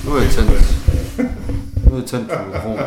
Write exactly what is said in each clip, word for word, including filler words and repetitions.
Nu er jeg tændt. Nu er jeg tændt på mikrofonen.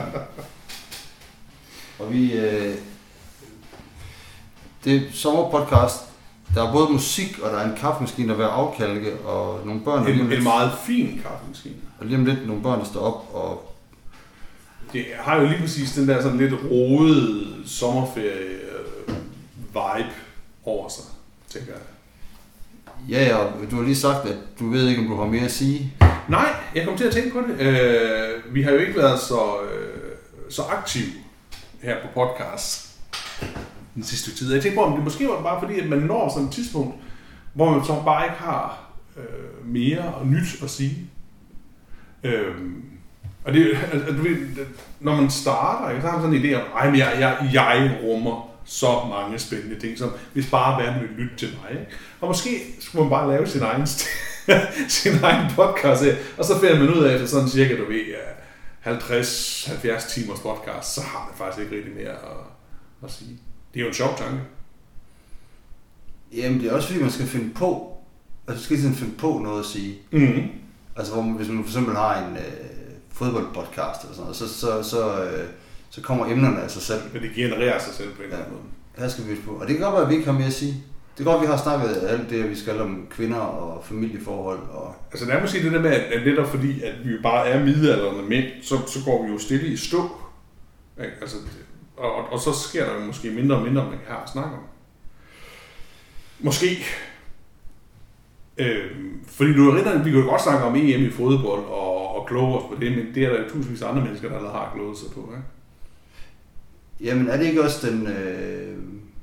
Og vi... Øh, det er sommerpodcast. Der er både musik, og der er en kaffemaskine, der er ved at afkalke, og nogle børn... En, lidt, en meget fin kaffemaskine. Og lige om lidt nogle børn, der står op og... Det har jo lige præcis den der sådan lidt rodede sommerferie-vibe over sig, tænker jeg. Ja, og du har lige sagt, at du ved ikke, om du har mere at sige. Nej, jeg kom til at tænke på det. Øh, vi har jo ikke været så, øh, så aktive her på podcast den sidste tid. Jeg tænkte på, om det måske var det bare fordi, at man når sådan et tidspunkt, hvor man så bare ikke har øh, mere og nyt at sige. Øh, og det, altså, du ved, når man starter, så har man sådan en idé om, at jeg, jeg, jeg rummer så mange spændende ting, som hvis bare verden vil lytte til mig. Ikke? Og måske skulle man bare lave sin egen, sin egen podcast, og så finder man ud af, at sådan cirka, du ved, halvtreds til halvfjerds timers podcast, så har man faktisk ikke rigtig mere at, at sige. Det er jo en sjov tanke. Jamen, det er også fordi, man skal finde på, altså du skal sådan finde på noget at sige. Mm-hmm. Altså, hvor man, hvis man for eksempel har en øh, fodboldpodcast eller sådan noget, så, så, så, øh, så kommer emnerne af sig selv. Men det genererer sig selv på en eller anden måde. Her skal vi på. Og det kan godt være, at vi ikke har mere at sige. Det kan godt, at vi har snakket alt det, vi skal om kvinder og familieforhold. Og... Altså det er måske det der med, at netop fordi, at vi bare er midaldrende mænd, så, så går vi jo stille i stå. Altså, og, og, og så sker der jo måske mindre og mindre, man kan have at snakke om. Måske. Øh, fordi du er rigtig, vi kan jo godt snakke om E M i fodbold og, og kloge os på det, men det er der jo tusindvis af andre mennesker, der allerede har kloget sig på. Ikke? Jamen er det ikke også den, øh,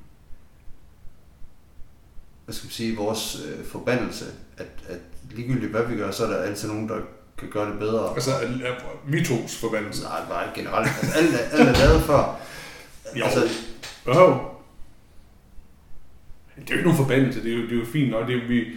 hvad skal man sige, vores øh, forbandelse, at, at ligegyldigt hvad vi gør, så er der altid nogen, der kan gøre det bedre. Altså vi tos forbandelse? Nej, bare generelt. Altså alt, alt er lavet før. Jo. Altså, oh. Det er jo ikke nogen forbandelse, det er jo, det er jo fint nok, det er jo, vi...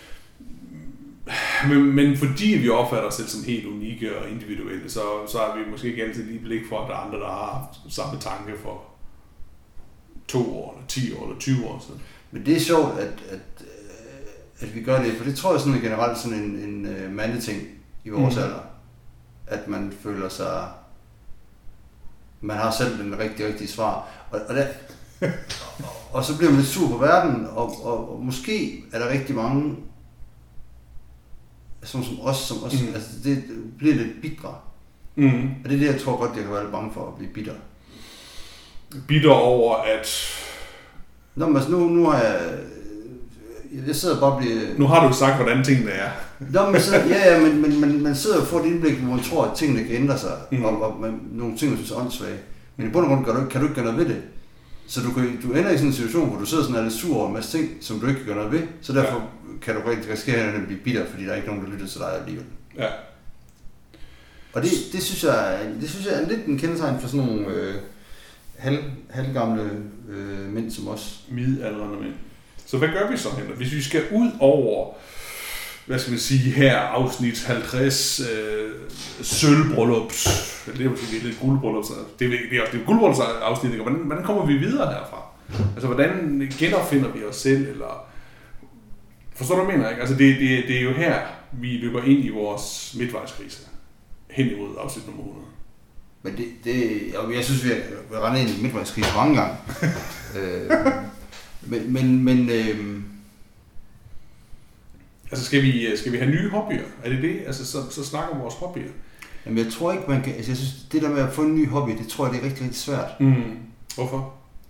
Men, men fordi vi opfatter os selv som helt unikke og individuelle, så, så har vi måske ikke altid lige blik for, at der er andre, der har haft samme tanke for to år, eller ti år, eller tyve år siden. Men det er sjovt, at, at, at vi gør det, for det tror jeg sådan generelt sådan en, en uh, mandeting i vores mm. alder. At man føler sig... Man har selv den rigtig, rigtige svar. Og, og, der, og så bliver man lidt sur på verden, og, og, og måske er der rigtig mange... Som, som os, som os, mm. altså det bliver lidt bitre. Mm. Og det er det, jeg tror godt, jeg kan være lidt bange for at blive bitter. Bitter over, at... Nå, men altså nu, nu har jeg... Jeg sidder bare og bliver... Nu har du sagt, hvordan tingene er. Nå, men så, ja, ja, men, men, men man sidder og får et indblik, hvor man tror, at tingene kan ændre sig, mm. og, og man, nogle ting, der synes er åndssvage. Men i bund og grund kan du, kan du ikke gøre noget ved det. Så du, kan, du ender i sådan en situation, hvor du sidder sådan og er lidt sur over en masse ting, som du ikke kan gøre noget ved. Så derfor... Ja. Kan du rigtig risikere at blive bitter, fordi der er ikke nogen, der lytter til dig alligevel. Ja. Og det, det, synes jeg, det synes jeg er lidt en kendetegn for sådan nogle øh, halv, halvgamle øh, mænd som os. Midaldrende mænd. Så hvad gør vi så, Henrik? Hvis vi skal ud over, hvad skal vi sige her, afsnit halvtreds, øh, sølvbryllups, det er måske lidt guldbryllups, det er, det er også det guldbryllupsafsnit, hvordan, hvordan kommer vi videre herfra? Altså, hvordan genopfinder vi os selv, eller... Forstår du, hvad jeg mener, ikke? Altså, det, det, det er jo her, vi løber ind i vores midtvejskrise. Hen imod afsnit nummer hundrede. Men det, det, jeg synes, vi har rendet ind i midtvejskrise mange gange. øh, men, men, men øh... altså, skal vi, skal vi have nye hobbyer? Er det det? Altså, så, så snakker om vores hobbyer. Jamen, jeg tror ikke, man kan... Altså, jeg synes, det der med at få en ny hobby, det tror jeg, det er rigtig, rigtig svært. Mm. Hvorfor?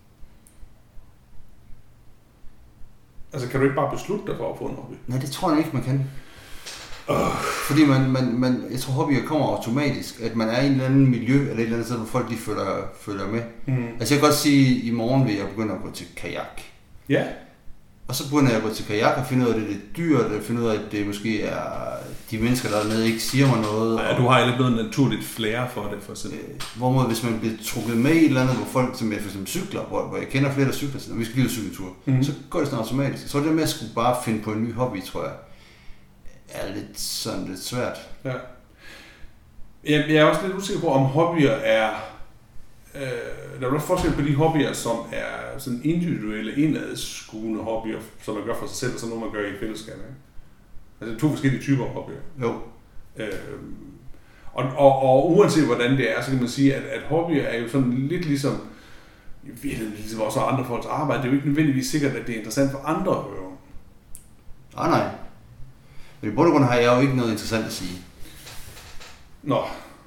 Altså, kan du ikke bare beslutte dig for at få en hobby? Nej, det tror jeg ikke, man kan. Uh. Fordi man, man, man, jeg tror, hobbyer kommer automatisk. At man er i en eller anden miljø, eller et eller andet sted, hvor folk de følger, følger med. Mm. Altså, jeg kan godt sige, at i morgen vil jeg begynde at gå til kajak. Ja. Yeah. Og så begynder jeg at gå til kajak og finde ud af, at det er lidt dyrt, og finde ud af, at det måske er de mennesker, der er nede, ikke siger mig noget. Ja, du har ikke noget naturligt flair for det, for eksempel. Øh, hvorimod, hvis man bliver trukket med i et eller andet, hvor folk, som jeg for eksempel cykler, hvor, hvor jeg kender flere, der cykler, og vi skal lige cykeltur, mm. så går det sådan automatisk. Jeg tror, det med at skulle bare finde på en ny hobby, tror jeg, er lidt sådan lidt svært. Ja. Jeg, jeg er også lidt usikker på, om hobbyer er... Øh, der er jo forskel på de hobbyer, som er sådan individuelle, indadskuende hobbyer, som man gør for sig selv, og så noget, man gør i et fællesskab. Ikke? Altså to forskellige typer hobbyer. Jo. Øh, Og, og, og uanset hvordan det er, så kan man sige, at, at hobbyer er jo sådan lidt ligesom, ligesom også andre folks arbejde. Det er jo ikke nødvendigvis sikkert, at det er interessant for andre at høre. Ah, nej. Men i bund og grund har jeg jo ikke noget interessant at sige. Nå.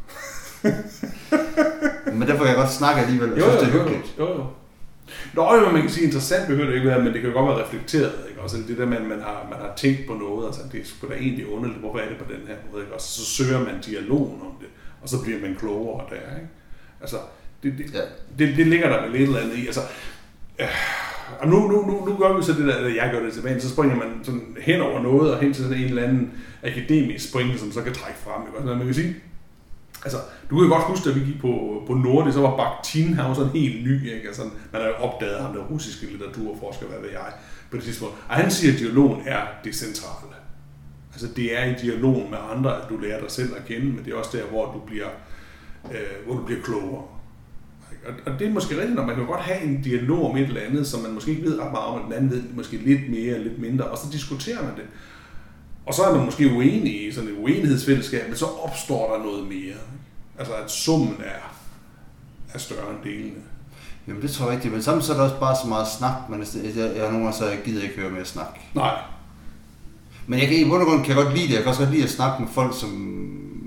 Men derfor kan jeg godt snakke alligevel, og jo, synes, det er hyggeligt. Jo, jo. Nå, jo, man kan sige, interessant behøver det ikke være, men det kan jo godt være reflekteret, ikke? Også det der med, at man har, man har tænkt på noget, altså det er sgu da egentlig underligt, hvorfor er det på den her måde, ikke? Og så søger man dialogen om det, og så bliver man klogere der, ikke? Altså, det, det, ja. det, det ligger der vel lidt eller andet i, altså, øh, og nu, nu, nu, nu gør vi så det der, eller jeg gør det tilbage, så springer man sådan hen over noget, og hen til sådan en eller anden akademisk spring, som så kan trække frem, ikke? Altså, man kan sige, altså, du kan jo godt huske, da vi gik på, på Nordisk, så var Bakhtin, han var sådan helt ny, ikke? Altså, man har jo opdaget ham, der russiske litteraturforsker, hvad ved jeg, på det tidspunkt. Og han siger, at dialogen er det centrale. Altså, det er i dialogen med andre, at du lærer dig selv at kende, men det er også der, hvor du bliver, øh, hvor du bliver klogere. Og, og det er måske rigtigt, når man kan godt have en dialog om et eller andet, som man måske ikke ved ret meget om, og den anden ved måske lidt mere, lidt mindre, og så diskuterer man det. Og så er man måske uenig i sådan et uenighedsfællesskab, men så opstår der noget mere. Altså at summen er, er større end delene. Jamen det tror jeg rigtigt, men samtidig så er der også bare så meget snak, men jeg, jeg, jeg nogle gange så jeg gider ikke høre mere snak. Nej. Men jeg kan i bund og grund kan jeg godt lide det, jeg kan også godt lide at snakke med folk, som,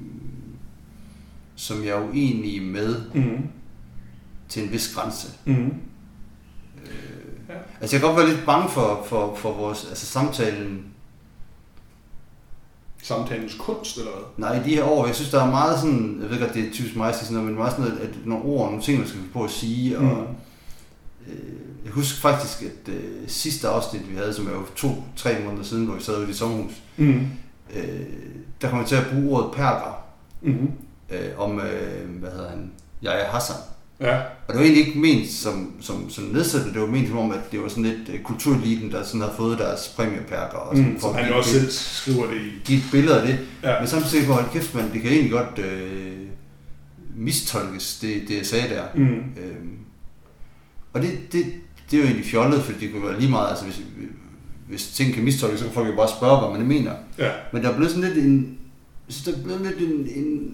som jeg er uenig med mm. til en vis grænse. Mm. Øh, ja. Altså jeg kan godt være lidt bange for, for, for vores, altså samtalen, samtalens kunst, eller hvad? Nej, i de her år, jeg synes, der er meget sådan, jeg ved godt, det er typisk mig at sige sådan noget, men meget sådan noget, at nogle ord, nogle ting, man skal på at sige, og mm. øh, jeg husker faktisk, at øh, sidste afsnit, vi havde, som er jo to-tre måneder siden, hvor vi sad ude i sommerhus, mm. øh, der kom jeg til at bruge ordet perker, mm. øh, om, øh, hvad hedder han, Yahya Hassan. Ja. Og det var egentlig ikke ment som, som, som nedsættende, det var ment som om, at det var sådan lidt uh, kultureliten, der sådan havde fået deres præmieperker. Og sådan, mm, for han også selv skriver det i. Give et billede af det. Ja. Men samtidig på, hold kæft, man, det kan egentlig godt øh, mistolkes, det, det jeg sagde der. Mm. Øhm, og det, det, det er jo egentlig fjollet, fordi det kunne være lige meget, altså hvis, hvis ting kan mistolkes, så kan folk jo bare spørge, hvad man mener. Ja. Men der er blevet sådan lidt en, så der er blevet lidt en, en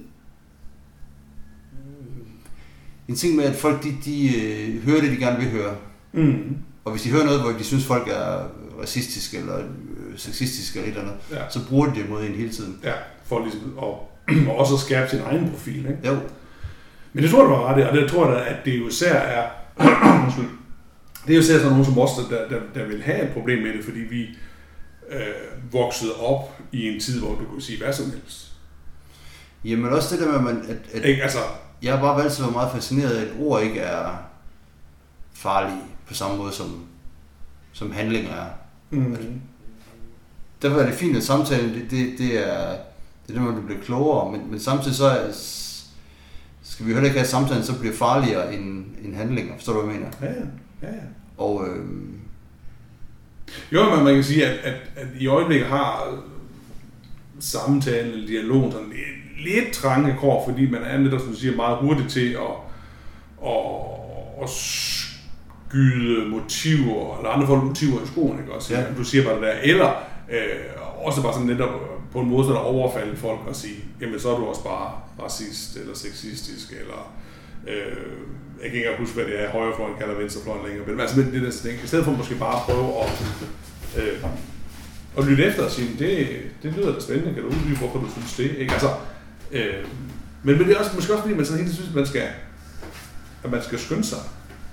En ting med, at folk de, de øh, hører det, de gerne vil høre. Mm. Og hvis de hører noget, hvor de synes, folk er racistiske eller øh, sexistiske eller et eller andet, ja. Så bruger de det mod en hele tiden. Ja, for ligesom at, og også at skærpe sin egen profil, ikke? Jo. Men det tror jeg, du har ret i, og det tror jeg, at det jo især er, det er jo især sådan nogen som os, der, der, der vil have et problem med det, fordi vi øh, voksede op i en tid, hvor du kunne sige hvad som helst. Jamen også det der med, at, man, at, at ikke, altså, jeg har bare altid været meget fascineret af, at ord ikke er farlige på samme måde som, som handlinger er. Mm. Derfor er det fint, at samtalen, det, det, det er det, er det, man bliver klogere, men, men samtidig så er, skal vi heller ikke have, at samtalen så bliver farligere end, end handlinger. Forstår du, hvad jeg mener? Ja, ja, ja. Og, øhm... Jo, men man kan sige, at, at, at i øjeblikket har samtalen eller dialogen sådan lidt trange kår, fordi man er netop, som du siger, meget hurtigt til at, at, at skyde motiver, eller andre folk motiver i skoen, ikke også? Ja. Du siger bare det der, eller øh, også bare sådan netop på en måde, så der overfalder folk og sige, jamen så er du også bare racist, eller sexistisk, eller øh, jeg kan ikke huske, hvad det er, højrefløjen kalder venstrefløjen længere, men altså det der ting, i stedet for måske bare at prøve at øh, og lytte efter og sige, det, det lyder da spændende, kan du uddybe, hvorfor du synes det, ikke? Altså, øh, men, men det er også, måske også fordi, man sådan helt synes, at man skal, at man skal skynde sig.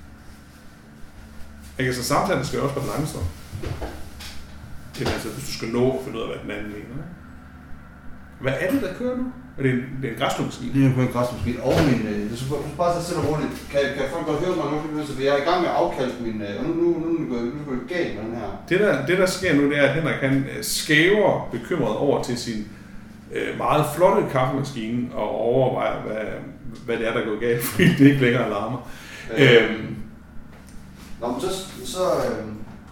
Ikke? Altså, samtalen skal jo også være langsomt. Det er altså, hvis du skal nå at finde ud af, hvad den anden mener. Ikke? Hvad er det, der kører nu? Er det en, det er en græsslåmaskine? Det er en græsslåmaskine. Og min, øh, du skal bare så stille og roligt. Kan, kan folk godt høre mig nu? Så jeg er i gang med at afkalde min, øh, og nu, nu, nu, nu, nu går det galt med den her. Det der, det der sker nu, det er, at Henrik han skæver bekymret over til sin øh, meget flotte kaffemaskine og overvejer, hvad, hvad det er, der går galt, fordi det ikke længere alarmer. Øh, øhm. Nå, men så, så øh,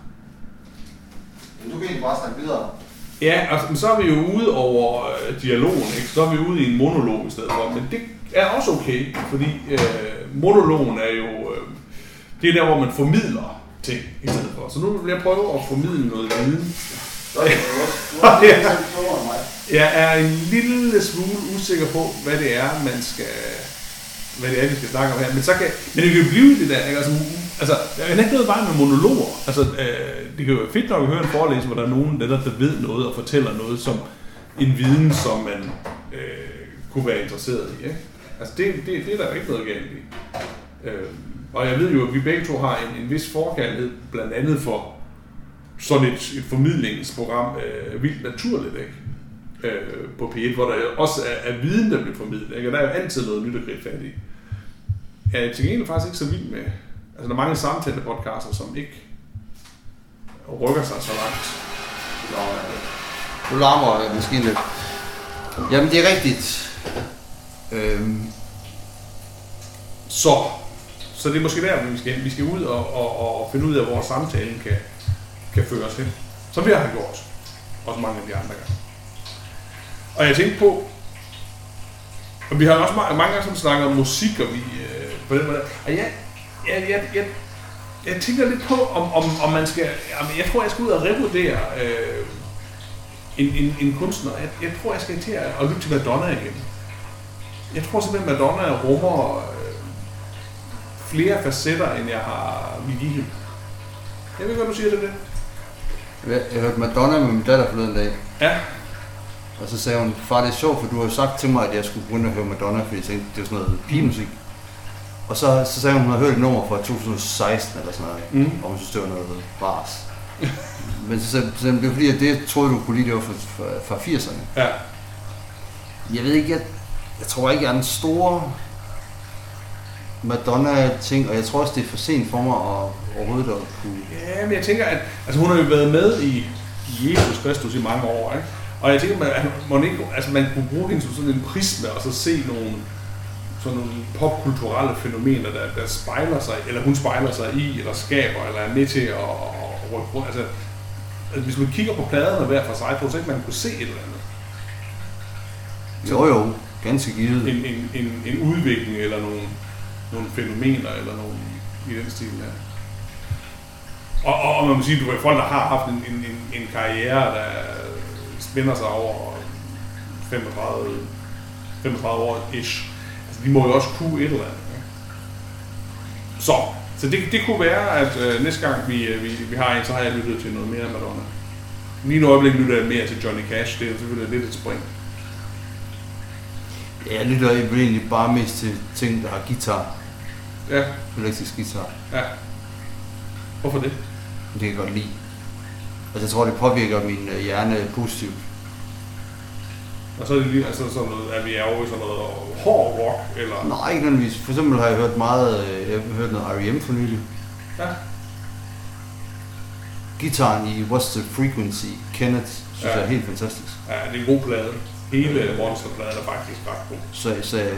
du kan egentlig bare snakke videre. Ja, altså, så er vi jo ude over øh, dialogen, ikke? Så er vi ude i en monolog i stedet for, men det er også okay, fordi øh, monologen er jo, øh, det er der, hvor man formidler ting i stedet for. Så nu vil jeg prøve at formidle noget viden Jeg er en lille smule usikker på, hvad det er, man skal, hvad det er, vi skal snakke om her. Men så kan, men det kan jo blive det der, ikke? Altså, altså, jeg er ikke noget bare med monologer. Altså, øh, det kan jo være fedt nok at høre en forelæsning, hvor der er nogen, der, der ved noget og fortæller noget som en viden, som man øh, kunne være interesseret i. Ikke? Altså, det, det, det er der jo ikke noget galt i. Øh, og jeg ved jo, at vi begge to har en, en vis forkærlighed, blandt andet for sådan et, et formidlingsprogram, øh, vildt naturligt, ikke? Øh, på P et, hvor der også er, er viden, der bliver formidlet, ikke? Og der er jo altid noget nyt at gribe fat i. Jeg er til gengæld faktisk ikke så vild med, altså der er mange samtale-podcaster, som ikke rykker sig så langt. Nå, du larmer måske lidt. Jamen, det er rigtigt. Øhm. Så, så det er måske der, vi skal, vi skal ud og, og, og finde ud af, hvor samtalen kan, kan føre os hen. Som vi har gjort. Også mange af de andre gange. Og jeg tænkte på, og vi har også mange, mange gange snakket om musik, og vi øh, på den måde. Og jeg, jeg, jeg, jeg, jeg tænker lidt på, om, om, om man skal, jamen jeg tror, jeg skal ud og revurdere øh, en, en, en kunstner. Jeg, jeg tror, jeg skal til at, at lytte til Madonna igen. Jeg tror simpelthen, Madonna rummer øh, flere facetter, end jeg har Vigil. Jeg ved godt, du siger det, det. Jeg, jeg hørte Madonna med min datter forleden dag. Ja. Og så sagde hun, far, det er sjovt, for du har jo sagt til mig, at jeg skulle begynde at høre Madonna, fordi jeg tænkte, det er sådan noget pigemusik. Og så, så sagde hun, at hun havde hørt et nummer fra to tusind og seksten eller sådan noget, mm. og hun synes, det var noget bars. Men så sagde hun, det var fordi, at det troede du kunne lide, det var fra, fra, fra firserne. Ja. Jeg ved ikke, jeg, jeg tror ikke, jeg er den store Madonna-ting, og jeg tror også, det er for sent for mig at overhovedet at kunne... Ja, men jeg tænker, at altså, hun har jo været med i Jesus Kristus i mange år, ikke? Og jeg tænker, at man, ikke, altså man kunne bruge hende som sådan en prisme, og så se nogle, sådan nogle popkulturelle fænomener, der, der spejler sig, eller hun spejler sig i, eller skaber, eller er med til at, at rykke rundt. Altså, altså, hvis man kigger på pladerne hver for sig, tror jeg ikke, man kunne se et eller andet. Jo jo, ganske givet. En, en, en, en udvikling, eller nogle, nogle fænomener, eller nogle i den stil der. Og, og, og man må sige, at du er folk, der har haft en, en, en, en karriere, der spænder sig over femogtredive, femogtredive år ish. Altså, de må jo også kunne et eller andet. Ja. Så, så det, det kunne være, at øh, næste gang vi, vi, vi har en, så har jeg lyttet til noget mere Madonna. Lige nu øjeblik lytter jeg mere til Johnny Cash, det er selvfølgelig lidt et spring. Ja, jeg lytter egentlig bare mest til ting, der har guitar. Ja. Elektrisk guitar. Ja. Hvorfor det? Det kan jeg godt lide. Altså, jeg tror, det påvirker min hjerne positivt. Og så er det lige, altså sådan noget, at vi er over i sådan noget hård rock, eller? Nej, ikke nødvendigvis. For eksempel har jeg hørt meget, jeg har hørt noget R E M for nylig. Ja. Gitaren i What's the Frequency, Kenneth, synes ja. jeg er helt fantastisk. Ja, det er en god plade. Hele Monsterpladen er faktisk ret god. Så, så øh,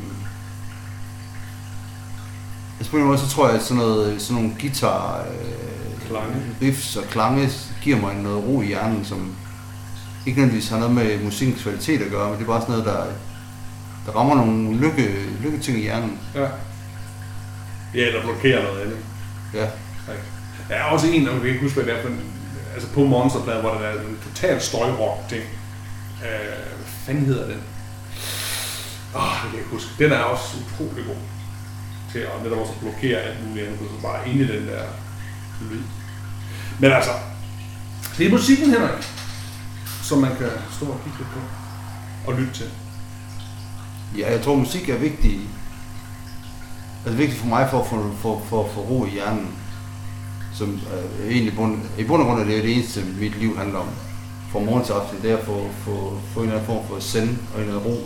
altså på en måde, så tror jeg, at sådan, noget, sådan nogle guitar øh, klange. riffs og klange giver mig noget ro i hjernen, som ikke nødvendigvis har noget med musikkens kvalitet at gøre, men det er bare sådan noget, der, der rammer nogle lykke, lykke ting i hjernen. Ja. Ja, der blokerer noget andet. Ja. Der er også en, der kan ikke huske, hvad det er for en, altså på Monsterpladen, hvor der er en total støjrock-ting. Øh, hvad fanden hedder den? Åh, oh, det kan jeg ikke huske. Den er også utrolig god til at netop også blokere alt muligt andet, så bare inde i den der lyd. Men altså, det er musikken, Henrik, som man kan stå og kigge lidt på og lytte til. Ja, jeg tror, musik er vigtig. Altså vigtigt for mig for at få for, for, for ro i hjernen. Som øh, egentlig bund, i bund og grund er det det eneste, mit liv handler om. Fra morgen til aften, det er at få, få, få en eller anden form for send og en eller anden ro.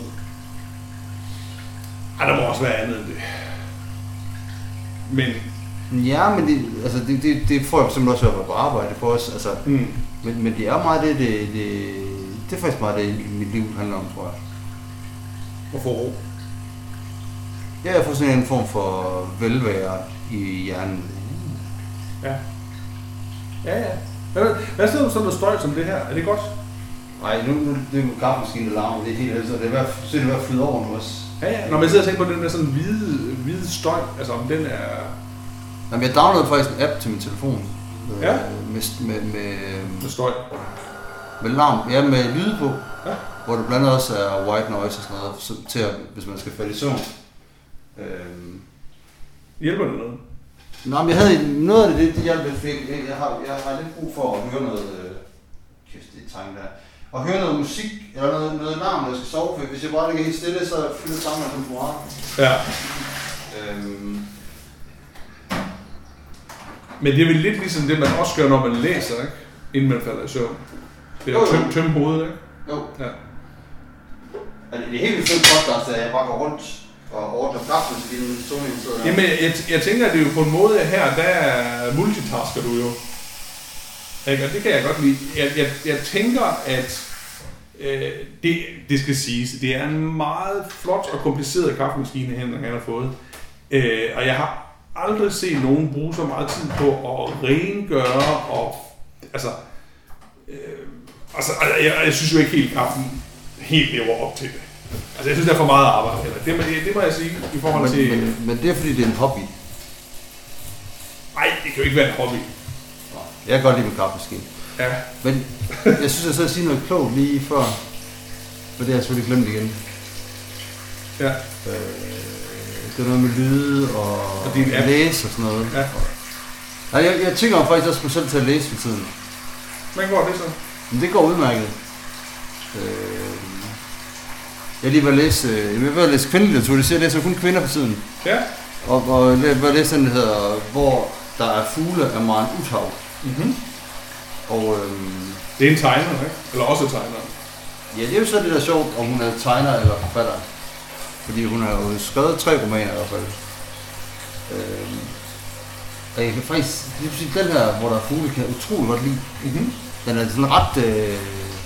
Ej, der må også være andet end det. Men... Ja, men det, altså det, det, det får jeg simpelthen også at være på arbejde for os. Altså, mm. men, men det er meget det, det, det, det er faktisk meget det, mit liv handler om, tror jeg. At få ro? Ja, jeg får sådan en form for velvære i hjernen. Ja. Ja, ja. Hvad, hvad sidder du sådan noget støj som det her? Er det godt? Nej, nu, nu det er jo kaffemaskinen, der larmer, det er helt altså, det er ved at, så er det ved at flyde over nu også. Ja, ja. Når man sidder og tænker på den der sådan hvide, hvide støj, altså om den er... Jamen, jeg downloadede faktisk en app til min telefon. Ja? Med, med, med, med støj? Med larm, ja, med lyde på. Ja. Hvor det blandt andet også er white noise og sådan noget, så, til at, hvis man skal falde i søvn. Øhm. Hjælper det noget? Nå, men jeg havde noget af det, det hjalp lidt, fordi jeg, jeg, har, jeg har lidt brug for at høre noget, øh, kæft, det er tanken der, og høre noget musik, eller noget, noget larm, når jeg skal sove, for hvis jeg bare ligger helt stille, så fylder tankerne som for meget. Ja. Øhm. Men det er vel lidt ligesom det, man også gør, når man læser, ikke? Inden man falder i søvn. Det er at tømme, tømme hovedet, ikke? Jo. Ja. Altså, det er helt vildt podcast, at jeg bare går rundt og ordner kaffemaskinen, sådan en sidder. Jamen, jeg, jeg tænker, at det er jo på en måde her, der multitasker du jo. Ikke? Og det kan jeg godt lide. Jeg, jeg, jeg tænker, at øh, det, det skal siges, det er en meget flot og kompliceret kaffemaskine, han har fået. Øh, og jeg har aldrig set nogen bruge så meget tid på at rengøre og altså, øh, altså jeg, jeg synes jo ikke helt kaffen helt lever op til det. Altså jeg synes der er for meget arbejde heller. Det, det, det må jeg sige i forhold men, til. Men, men det er fordi det er en hobby. Nej, det kan jo ikke være en hobby. Jeg kan godt lide min kaffemaskine. Ja. Men jeg synes jeg så at sige noget klogt lige før, for det har jeg selvfølgelig glemt igen. Ja. Øh, det er noget med lyde og, og læse og sådan noget. Ja. Nej, jeg, jeg tænker faktisk også på selv til at læse for tiden. Hvordan går det så? Men det går udmærket. Øh, jeg lige var at læse, jeg vil at læse kvindelitteratur, det siger, jeg læser kun kvinder for tiden. Ja. Og, og jeg vil læse den, der hedder, Hvor der er fugle af Maren Uthaug. Mhm. Og øhm, det er en tegner, ikke? Eller også tegner. Ja, det er jo så det der sjovt, om hun er tegner eller forfatter. Fordi hun har jo skrevet tre romaner i hvert fald. Øhm, og jeg kan faktisk, det vil sige, den her, Hvor der er fugle, kan jeg utrolig godt lide. Mhm. Den er sådan ret, øh,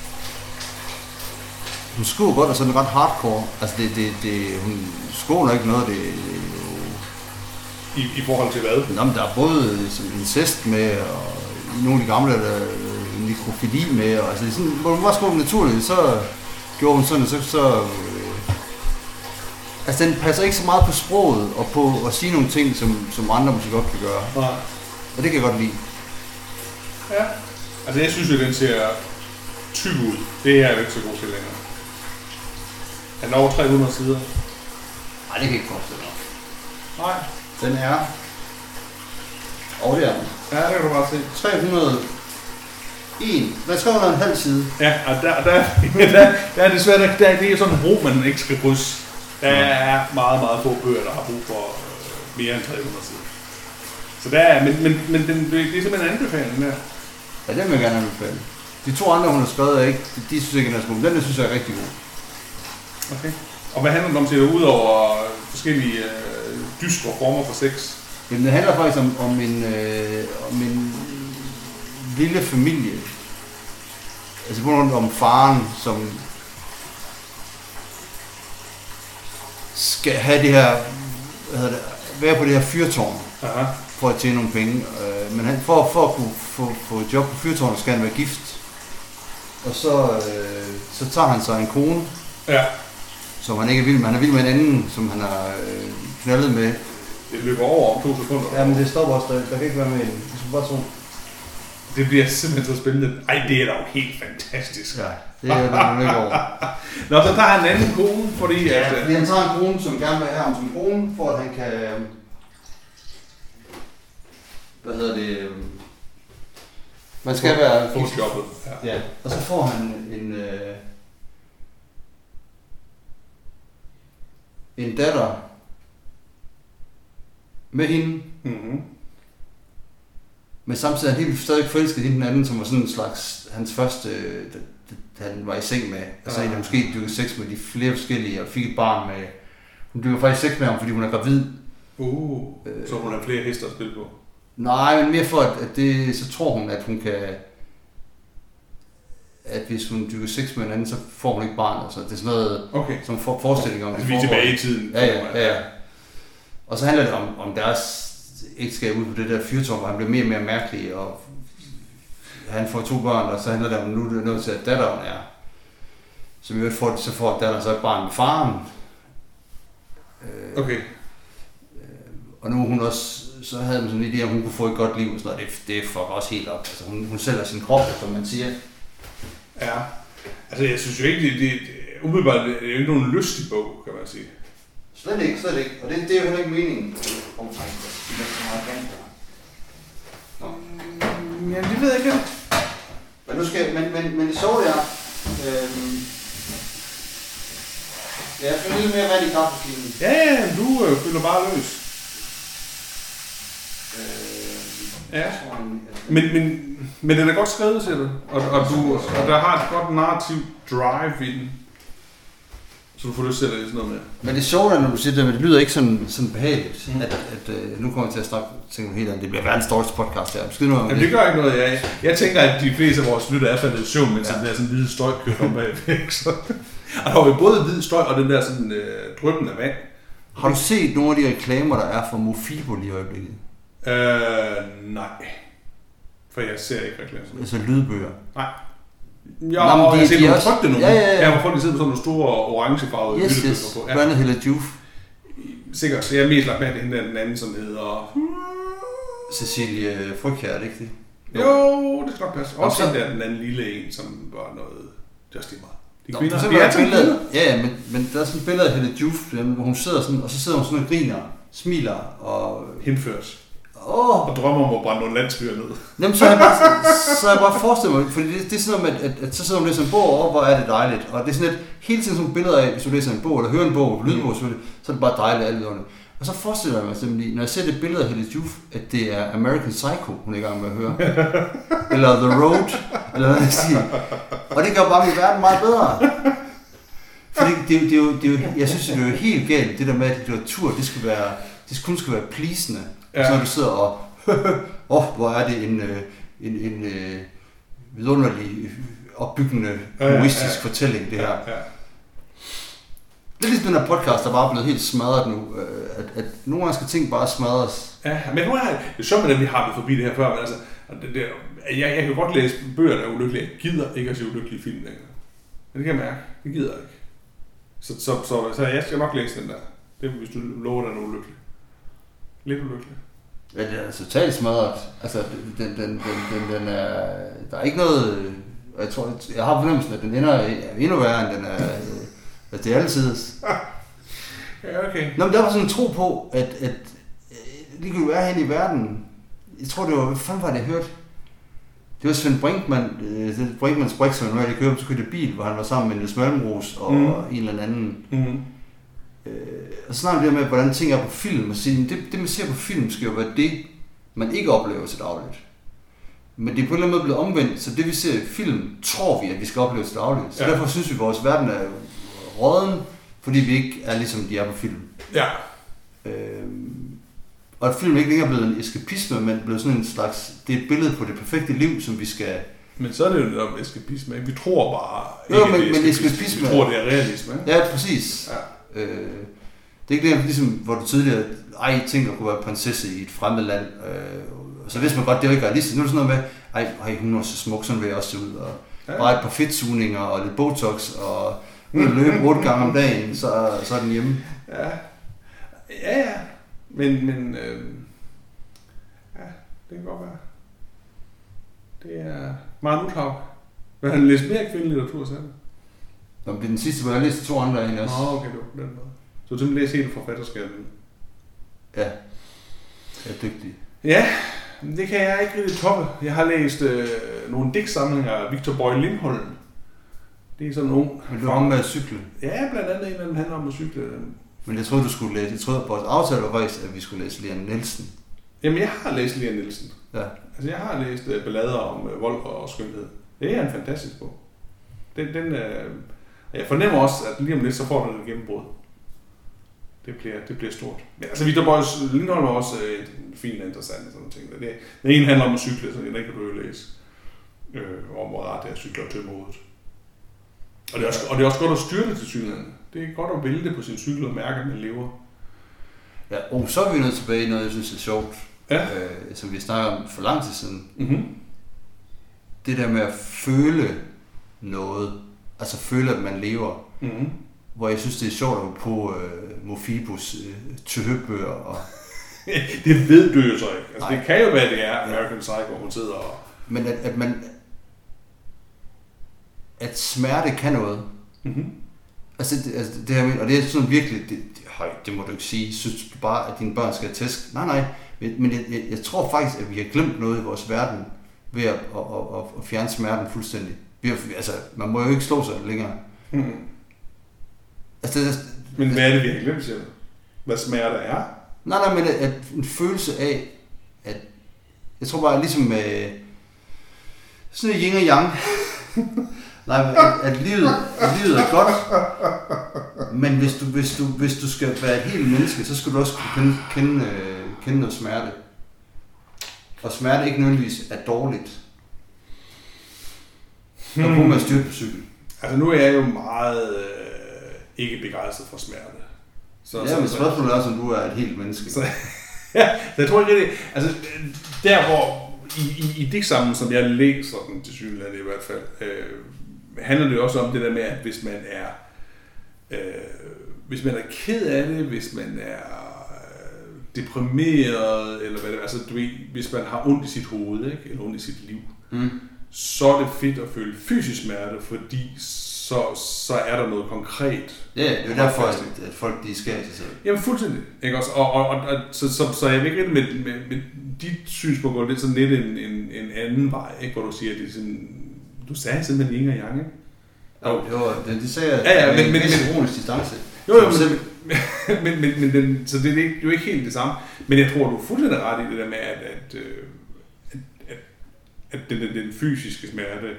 hun skriver godt og sådan ret hardcore. Altså det, det, det hun skåner ikke noget, det, det er jo... I, I forhold til hvad? Nå, men der er både sådan incest med, og i nogle af de gamle, der er mikrofili med, og altså det er sådan, hvor hun var skrive naturligt, så gjorde hun sådan, så, så øh, altså den passer ikke så meget på sproget, og på at sige nogle ting, som, som andre måske godt kan gøre. Nej. Og det kan jeg godt lide. Ja. Altså jeg synes jo, den ser tyk ud. Det er jeg jo ikke så god til længere. Er den over tre hundrede sider? Nej, det kan jeg ikke forestille mig. Nej. Den er... Og det er den. Ja, det kan du bare se. tre hundrede og en. Der er tre hundrede og en halv side. Ja, og der, der, der, der er desværre, der, der, det er sådan en bro, man ikke skal krydse. Der er meget, meget få bøger, der har brug for øh, mere end tre hundrede sider. Så der er, men, men, men den, det er simpelthen en anbefaling der. Ja, den vil jeg gerne anbefale. De to andre, hun har skrevet, er ikke, de synes ikke, den er så god. Den, der synes jeg er rigtig god. Okay. Og hvad handler det om til ud over forskellige øh, dystre former for sex? Jamen, det handler faktisk om, om, en, øh, om en lille familie. Altså på grund om faren, som skal have det her, hvad hedder det, være på det her fyrtårn. Aha. For at tjene nogle penge. Øh, men han, for, for at kunne få, få et job på fyrtårnet, skal han være gift. Og så, øh, så tager han sig en kone, ja. som han ikke er vild med. Han er vild med en anden, som han har øh, knaldet med. Det løber over om to sekunder. Ja, men det stopper også. Der, der kan ikke være med en. Det skal bare tro. Det bliver simpelthen så spændende. Ej, det er da jo helt fantastisk. Ja, det er der ikke over. Nå, så tager han en anden kone, fordi ja, at... fordi han tager en kone, som gerne vil have ham som kone, for at han kan... Hvad hedder det? Man skal være... Få jobbet. Ja. ja, og så får han en... Øh, en datter med hende. Mm-hmm. Men samtidig er han helt stadig forelsket i den anden, som var sådan en slags, hans første, øh, han var i seng med. Altså en, der måske dykkede sex med de flere forskellige, og fik et barn med. Hun dykker faktisk sex med ham, fordi hun er gravid. Uh, øh, så hun har flere hester at spille på. Nej, men mere for, at, at det, så tror hun, at hun kan, at hvis hun dykker sex med en anden, så får hun ikke barnet. Så det er sådan noget, okay. som for, forestilling om. Altså vi er tilbage i tiden. Ja, ja, ja, ja. Og så handler det om, om deres ægteskab ude på det der fyrtårn, hvor han bliver mere og mere mærkelig, og han får to børn, og så handler det om, nu er det noget til, at datteren er. Så vi får, så får datteren så et barn med faren. Okay. Øh, og nu hun også, så havde man sådan en idé, at hun kunne få et godt liv, og sådan noget. Det, det fucker også helt op. Altså, hun, hun sælger sin krop, som man siger. Ja. Altså, jeg synes jo ikke, det, det, det umiddelbart, det er jo ikke nogen lystig bog, kan man sige. Slet ikke, slet ikke. Og det, det er jo heller ikke meningen. Oh, nej, det er så meget vand. Nå. Ja, det ved jeg ikke. Men nu skal men, men, men det så jeg. Øhm, ja, jeg skal lidt mere vand i kaffemaskinen. Ja, ja, du øh, fylder bare løs. Øh, ja. Men, men, men den er godt skrevet, siger du. Og, og, du, og der har et godt narrativ drive i den. Så du får lyst til at læse noget med. Men det er sjovt, når du siger det, men det lyder ikke sådan, sådan behageligt, mm. at, at, at nu kommer jeg til at snakke tænke helt andet. Det bliver verdens dårligste podcast her. Skid noget om Jamen, det. det gør ikke noget. Jeg, jeg tænker, at de fleste af vores lytter er faldet i søvn, mens ja. Der er sådan en hvid støj kørt om bagvæk. Så. Og der har jo både hvid støj og den der sådan øh, dryppen af vand. Har du set nogle af de reklamer, der er for Mofibo lige i øjeblikket? Øh, nej. For jeg ser ikke reklamer. Altså lydbøger? Nej. Ja, Nå, de, jeg ser nogle trykte nogle. Ja, ja, ja. Ja, hvor folk de sidder på sådan nogle store orangefarvede yes, yes. på. Ja. Blandt andet Hella Juf. Sikkert, så jeg er mest lagt med, at det er den anden, som hedder... Cecilie Frygtkjær, er det ikke det? Jo, det skal nok passe. Også så... der den anden lille en, som var noget... Just lige meget. De Nå, kvinder, så de er til billede. Ja, ja, men, men der er sådan et billede af Hella Juf, hvor hun sidder sådan, og så sidder hun sådan og griner, smiler og... Henføres. Oh. Og drømmer om at brænde nogle landsbyer ned. Jamen, så har jeg bare, så jeg bare forestillet mig, fordi det, det er sådan noget med, at, at, at så sidder man og læser en bog, og hvor er det dejligt. Og det er sådan et, hele tiden sådan billeder af, hvis du læser en bog, eller hører en bog, en lydbog selvfølgelig, så er det bare dejligt alt videre. Og så forestiller jeg mig simpelthen, når jeg ser det billede af Hella Juf, at det er American Psycho, hun er i gang med at høre. Eller The Road, eller hvad jeg siger. Og det gør bare min verden meget bedre. Fordi det, det, er jo, det er jo, jeg synes, det er jo helt galt, det der med, at litteratur, det skal være, det kun skal være pleasende. Ja. Så når du sidder og, åh, oh, hvor er det en, en, en, en vidunderlig, opbyggende, humoristisk ja, ja, ja. fortælling, det her. Ja, ja. Det er ligesom den her podcast, der bare er blevet helt smadret nu, at, at nogle gange skal ting bare smadres. Ja, men nu er det jo sjovt, at vi har været forbi det her før, men altså, det, det, jeg, jeg kan godt læse bøger, der er ulykkelige. Jeg gider ikke at se ulykkelige film længere. Men det kan jeg mærke. Det gider jeg ikke. Så, så, så, så jeg skal nok læse den der. Det er, hvis du lover, der er noget ulykkelig. Lidt ulykkelig. Ja, det er totalt smadret. Altså, den, den, den, den, den er... Der er ikke noget... Jeg tror, jeg har fornemmelsen, at den ender endnu værre, end den er... At det er altid. Ja, okay. Nå, men der var sådan en tro på, at... at det kunne være hen i verden. Jeg tror, det var... Hvad fanden var det, jeg hørte? Det var Svend Brinkmann, det Brinkmanns brik, som nu er det kørt, så kørte bil, hvor han var sammen med Niels Malmros og mm. en eller anden. Mm. Øh, og så snakker vi det med, hvordan ting er på film, og sige, det, det man ser på film skal jo være det, man ikke oplever til dagligt. Men det er på en eller anden måde blevet omvendt, så det vi ser i film, tror vi, at vi skal opleve til dagligt. Så ja. Derfor synes vi, at vores verden er råden, fordi vi ikke er ligesom de er på film. Ja. Øh, og at film ikke længere blevet en eskapisme, men blevet sådan en slags, det er et billede på det perfekte liv, som vi skal... Men så er det jo noget om eskapisme, vi tror bare jo, ikke, men, det er men eskapisme. eskapisme. Vi tror, det er realisme. Ja, præcis. Ja. Øh, det er ikke det, ligesom, hvor du tidligere, ej, tænker at kunne være prinsesse i et fremmed land. Øh, så vidste man godt, det er jo ikke realistisk. Nu er det sådan noget med, ej, ej hun er så smuk, sådan vil jeg også se ud. Og ja. Bare et par fedtsugninger og lidt botox, og nu løbe otte gange om dagen, så, så er den hjemme. Ja, ja, ja. Men, men øh, ja, det kan godt være. Det er Maren Uthaug. Men han læst mere kvindelitteratur selv. Nå, det er den sidste, hvor jeg læste to andre af også. Nå, okay, det var på den måde. Så du simpelthen læser hele forfatterskabet. Ja, jeg er dygtig. Ja, det kan jeg ikke rigtig toppe. Jeg har læst øh, nogle digtsamlinger af Victor Boy Lindholm. Det er sådan nogle... Men du har om med at cykle? Ja, blandt andet en af dem handler om at cykle. Men jeg troede, du skulle læse. Jeg troede, at vores aftale var faktisk, at vi skulle læse Lian Nielsen. Jamen, jeg har læst Lian Nielsen. Ja. Altså, jeg har læst uh, ballader om uh, vold og skønhed. Det er en fantastisk bog. Den, den, uh, jeg fornemmer også, at lige om lidt, så får den et gennembrud. Det bliver, det bliver stort. Men altså, Victor Boy Lindholm er også uh, fint og interessant og sådan ting. Det, den ene handler om at cykle, så den kan du jo læse. Uh, om hvor rart det er at cykle og tømme hovedet. Og det, er også, og det er også godt at styre det til cyklen. Det er godt at vælge det på sin cykel og mærke, at man lever. Ja, og så er vi nødt tilbage i noget, jeg synes er sjovt. Ja. Øh, som vi snakker om for lang tid siden. Mm-hmm. Det der med at føle noget. Altså føle, at man lever. Mm-hmm. Hvor jeg synes, det er sjovt at gå på øh, Mofibos øh, tøhebøger. Og... det ved du jo så ikke. Altså, det kan jo være, det er American Psycho, hvor hun sidder og... Men at, at man... at smerte kan noget. Mm-hmm. Altså, det, altså det her, og det er sådan virkelig, det, det, høj, det må du ikke sige, synes du bare, at dine børn skal tæsk? Nej, nej, men jeg, jeg, jeg tror faktisk, at vi har glemt noget i vores verden ved at, at, at, at fjerne smerten fuldstændig. Vi har, altså, man må jo ikke slå sig længere. Mm. Altså, det, men hvad er det, vi har glemt, siger du? Hvad smerte er? Nej, nej, men at, at en følelse af, at jeg tror bare, ligesom øh, sådan en yin og yang. Nej, at, at, livet, at livet er godt, men hvis du, hvis, du, hvis du skal være et helt menneske, så skal du også kende, kende, øh, kende noget smerte. Og smerte ikke nødvendigvis er dårligt. Hmm. Og bruge med at styre på cykel. Altså nu er jeg jo meget øh, ikke begejstret for smerte. Så, ja, så, men spørgsmålet er også, om du er et helt menneske. Så, ja, så jeg tror ikke rigtig, altså der hvor i, i, i digtsammen, som jeg læser den til synligheden i hvert fald, øh, handler det også om det der med, at hvis man er øh, hvis man er ked af det, hvis man er øh, deprimeret, eller hvad det er, altså du ved, hvis man har ondt i sit hoved, ikke, eller ondt i sit liv, mm. så er det fedt at føle fysisk smerte, fordi så, så er der noget konkret. Ja, det er derfor, at, at folk de skærer sig selv. Jamen fuldstændig, ikke også? Og, og, og, og så, så, så jeg vil ikke med, med, med dit synspunkt går lidt sådan lidt en, en, en anden vej, ikke? Hvor du siger, at det er sådan, du sagde simpelthen yin og yang, ikke? Jo, jo, det, det sagde jeg, ja, ja, med men, en men, vis ironisk distance. Jo, jo, men, men, men, men den, så det er ikke, jo ikke helt det samme. Men jeg tror, du er fuldstændig ret i det der med, at, at, at, at, at den, den, den fysiske smerte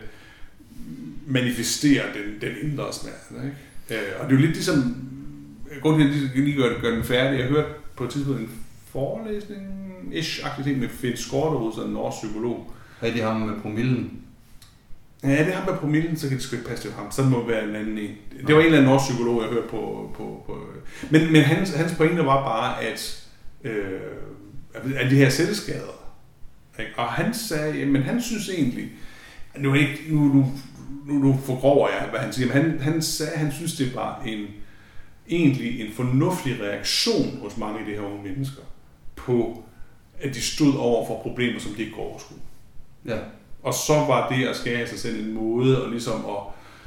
manifesterer den, den indre smerte, ikke? Og det er jo lidt ligesom, grunden til at jeg lige gør, gør den færdig, jeg hørte på et tidspunkt en forelæsning, ish-agtig ting med Finn Skårderud, sådan en norsk psykolog. Hvad er det ham med promillen? Ja, det er ham med promillen, så kan det sgu ikke passe til ham. Så må det være en anden en. Det var en eller anden norsk psykolog, jeg hørte på. på, på. Men, men hans, hans pointe var bare, at, øh, at de her selvskader. Ikke? Og han sagde, men han synes egentlig, nu, ikke, nu, nu, nu, nu forgrover jeg, hvad han siger, men han, han sagde, han synes, det var en, egentlig en fornuftig reaktion hos mange af de her unge mennesker, på at de stod over for problemer, som de ikke kunne overskue. Ja. Og så var det at skære sig selv en måde, og ligesom at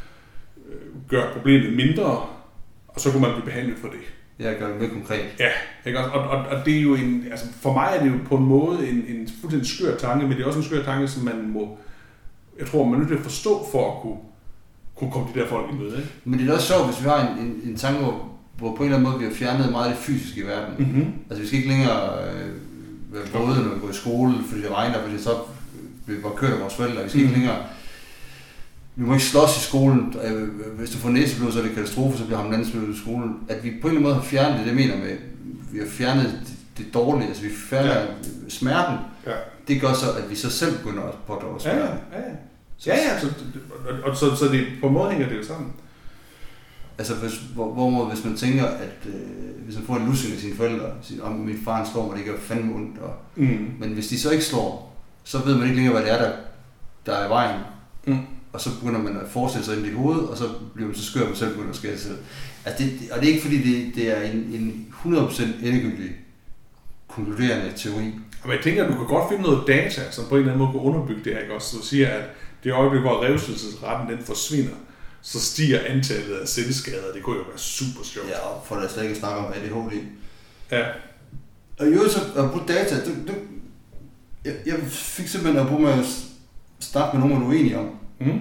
øh, gøre problemet mindre, og så kunne man blive behandlet for det. Ja, gøre det mere konkret. Ja, ikke? Og, og, og det er jo en, altså for mig er det jo på en måde en, en fuldstændig skør tanke, men det er også en skør tanke, som man må, jeg tror, man er nødt til at forstå for at kunne, kunne komme de der folk i møde. Ikke? Men det er også sjovt, hvis vi har en, en, en tanke, hvor, hvor på en eller anden måde vi har fjernet meget af det fysiske i verden. Mm-hmm. Altså vi skal ikke længere øh, være våde, når vi går i skole, fordi det regner, fordi så vi var kørt af vores forældre. Vi skal ikke længere. Vi må ikke slås i skolen. Hvis du får næseblod, så er det katastrofe, så bliver ham den anden smidt ud i skolen. At vi på en eller anden måde har fjernet det, det mener med, vi har fjernet det, det dårlige, altså vi fjerner ja. smerten. Ja. Det gør så, at vi så selv begynder at pådrage smerten. Ja, ja, ja. Ja, ja, så, og, og, så, så det, på en måde hænger det jo sammen. Altså, hvis, hvor, hvor hvis man tænker, at øh, hvis man får en lussing af sine forældre, siger, om min far slår mig, det gør fandme ondt. Og, mm. Men hvis de så ikke slår, så ved man ikke længere, hvad det er, der, der er i vejen. Mm. Og så begynder man at forestille sig ind i hovedet, og så bliver man så skør, at man selv begynder at skære sig selv. Altså det, og det er ikke fordi, det, det er en, en hundrede procent endegyldig konkluderende teori. Men jeg tænker, at du kan godt finde noget data, som på en eller anden måde kan underbygge det her, ikke også? Så du siger, at det øjeblik, hvor revselsesretten den forsvinder, så stiger antallet af selvskader. Det kunne jo være super sjovt. Ja, og for at slet ikke snakke om A D H D. Ja. Og jo, så at bruge data, du, du, jeg, jeg fik simpelthen at bruge med at snakke med nogen, man er uenig om. Mm.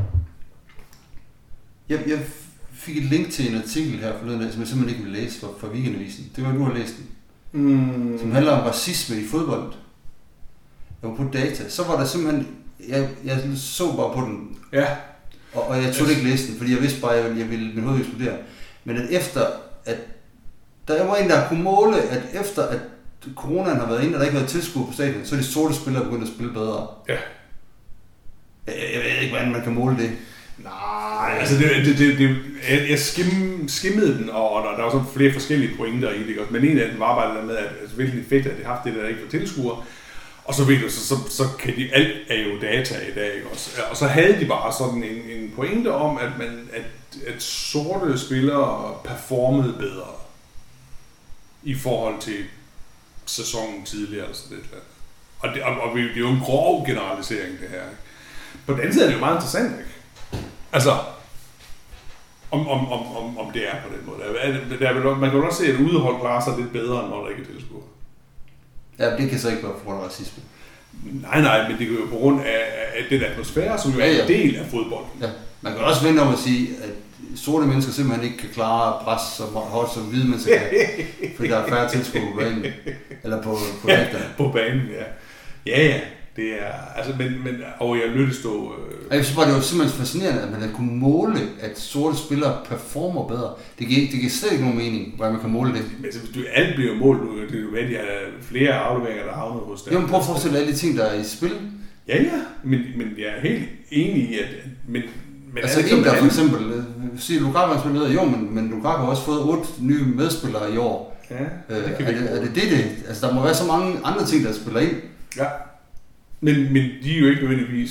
Jeg, jeg fik et link til en artikel her forleden dag, som jeg simpelthen ikke ville læse fra, fra Weekendavisen. Det var, du har læst den. Mm. Som handler om racisme i fodbold. Jeg var på data. Så var der simpelthen, jeg, jeg så bare på den. Ja. Og, og jeg turde ikke læse den, fordi jeg vidste bare, at jeg ville, jeg ville min hoved eksplodere. Men at efter, at der var en, der kunne måle, at efter at coronaen har været inde, og der ikke har været tilskuer på stadion, så er de sorte spillere begyndt at spille bedre. Ja. Jeg, jeg ved ikke, hvordan man kan måle det. Nej, altså det, det, det, det, jeg, jeg skim, skimmede den, og, og der, der var så flere forskellige pointer i det, men en af dem var bare det med, at altså, hvilken effekt har det haft, det der ikke var tilskuere. Og så ved du, så, så, så kan de, alt er jo data i dag, ikke også? Og så havde de bare sådan en, en pointe om, at, man, at, at sorte spillere performede bedre i forhold til sæsonen tidligere, eller sådan lidt. Og det, og, og det er jo en grov generalisering, det her. Ikke? På den anden side er det jo meget interessant, ikke? Altså, om, om, om, om, om det er på den måde. Er det, der er vel, man kan jo også se, at udehold klarer sig lidt bedre, end når der ikke er tilskuer. Ja, det kan så ikke være på grund af racisme. Nej, nej, men det er jo på grund af, af den atmosfære, som jo ja, er ja. en del af fodbolden. Ja. Man kan også vente om at sige, at sorte mennesker simpelthen ikke kan klare pres så hårdt som hvide mennesker kan, fordi der er færre tilskuere på banen. Eller på, på ja, på banen, ja. Ja, ja. Det er, altså, men, men, og jeg er nødt til at stå... Øh... Jeg synes bare, det var simpelthen fascinerende, at man havde kunne måle, at sorte spillere performer bedre. Det giver, det giver slet ikke nogen mening, hvordan man kan måle det. Men altså, du, alt bliver målt nu. Det er jo hvad, de har flere afleveringer, der havner hos dem. Jo, men prøv at forestille alle de ting, der er i spil. Ja, ja, men, men jeg er helt enig i, at... Men, men altså en der for eksempel, siger Lukaku har spillet jo, men, men Lukaku har også fået otte nye medspillere i år. Ja, det øh, er, det, er det det, det? Altså der må være så mange andre ting, der spiller ind. Ja. Men, men de er jo ikke nødvendigvis...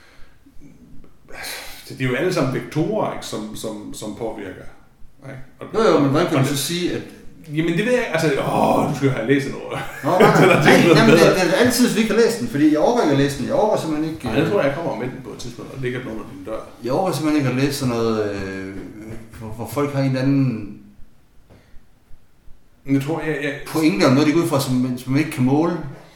Det er jo alle sammen vektorer, ikke, som, som, som påvirker. Ikke? Og, jo jo, men hvordan kan du så sige, at... Jamen det ved jeg altså... Åh, du skal jo have læst noget. Nå, nej, nej, nej, nej jamen, det, det er altid, hvis vi ikke har læst den, fordi jeg overgår ikke at læse den. Jeg overgår simpelthen ikke... Nej, jeg tror, jeg kommer med den på et tidspunkt, og ligger den under din dør. Jeg overgår simpelthen ikke at læse sådan noget, øh, hvor, hvor folk har en eller anden... Jeg tror, jeg... jeg... pointe om noget, de går ud fra, som, som man ikke kan måle.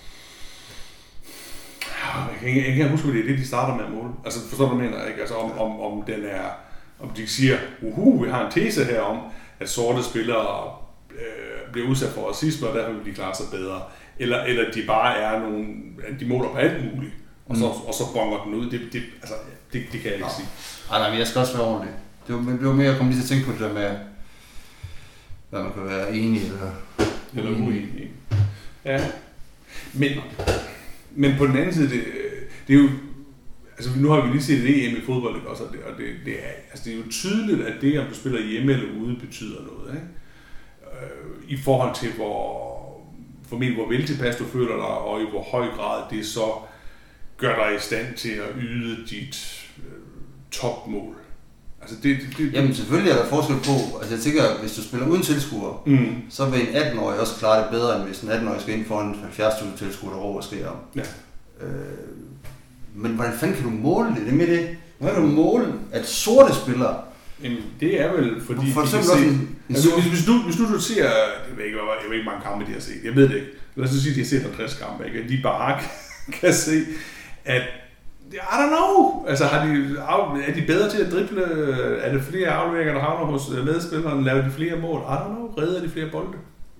Jeg kan, ikke, jeg kan huske, at det er det, de starter med at måle. Altså, forstår du, mener ikke? Altså, om, om, om den er... Om de siger, uhu, vi har en tese her om, at sorte spillere øh, bliver udsat for racisme, og derfor vil de klare sig bedre. Eller, eller de bare er nogle... At de måler på alt muligt, og så, mm. og så bonger den ud. Det, det, altså, det, det kan jeg ikke ja. sige. Ej, nej, men jeg skal også være ordentlig. Det var, det var mere, at komme lige til at tænke på det der med, hvad man kan være enig eller... Eller uenig. Ja. Men... Men på den anden side, det, det er jo, altså nu har vi lige set et E M i fodbold, ikke også, og det, og det, det, er, altså det er jo tydeligt, at det, om du spiller hjemme eller ude, betyder noget, ikke? Øh, I forhold til, hvor, formentlig, hvor veltilpas du føler dig, og i hvor høj grad det så gør dig i stand til at yde dit øh, topmål. Altså det, det, det, Jamen selvfølgelig er der forskel på, altså jeg tænker, at hvis du spiller uden tilskuer, mm. så vil en atten-årig også klare det bedre, end hvis en atten-årig skal ind foran halvfjerds tusind tilskuere, der råber og skriger om. Ja. Øh, men hvordan fanden kan du måle det? Det er med det. Hvordan kan du måle, at sorte spillere... Jamen det er vel fordi... For eksempel også en, altså, hvis, hvis, du, hvis du, du ser... Jeg ved ikke, jeg ved ikke, mange kampe de har set. Jeg ved det ikke. Lad os sige, at de har set halvtreds kampe, ikke? De bare kan se, at... I don't know. Altså, har de, er de bedre til at drible? Er det flere afleveringer, der havner hos medspilleren? Laver de flere mål? I don't know. Redder de flere bolde?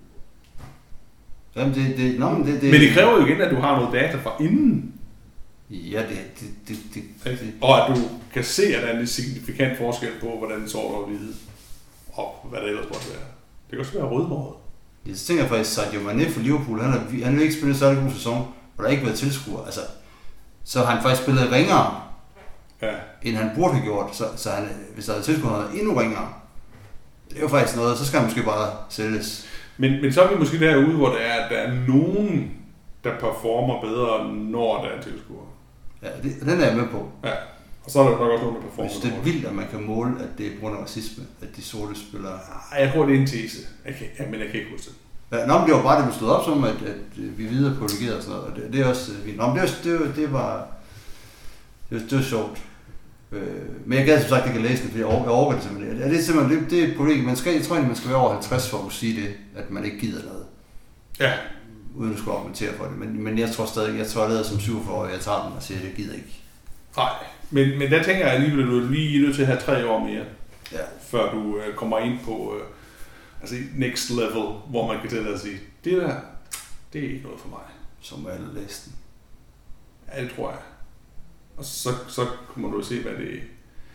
Jamen, det, det, no, men det, det... Men det kræver jo igen, at du har noget data fra inden. Ja, det... det, det, det, det. Og at du kan se, at der er en signifikant forskel på, hvordan det sorter og hvide. Og hvad det ellers måtte være. Det kan også være rødhåret. Jeg tænker faktisk, Sadio Mane for Liverpool, han har, han har ikke spillet så en god sæson, hvor der ikke har været tilskuer. Altså, så har han faktisk spillet ringere, ja. end han burde have gjort. Så, så han, hvis der havde tilskuer, havde været endnu ringere. Det er jo faktisk noget, så skal han måske bare sælges. Men, men så er vi måske derude, hvor der er, der er nogen, der performer bedre, når der er tilskuer. Ja, det, den er jeg med på. Ja, og så er der nok også nogen, der performer. Hvis det er vildt, at man kan måle, at det er på grund af racisme, at de sorte spillere... Ej, jeg tror, det er en tese. Jeg kan, ja, men jeg kan ikke huske det. Ja, nå, men det var bare det, vi stod op som, at, at vi videre privilegerede og sådan noget. Og det, det er også vildt. Nå, men det var... Det var, det var, det var, det var sjovt. Øh, men jeg gad som sagt ikke at læse det, fordi jeg overgår det simpelthen. Ja, det er simpelthen det, det er et problem. Man skal, jeg tror egentlig, man skal være over halvtreds for at kunne sige det, at man ikke gider noget. Ja. Uden at skulle argumentere for det. Men, men jeg tror stadig, jeg tror allerede som syvogfyrre-årig, jeg tager den og siger, at jeg gider ikke. Nej, men, men der tænker jeg alligevel, at du er lige nødt til at have tre år mere, ja. før du øh, kommer ind på øh, altså next level, hvor man kan til at sige, det der, det er ikke noget for mig. Så må alle læse den. Ja, det tror jeg. Og så, så kommer du at se, hvad det er.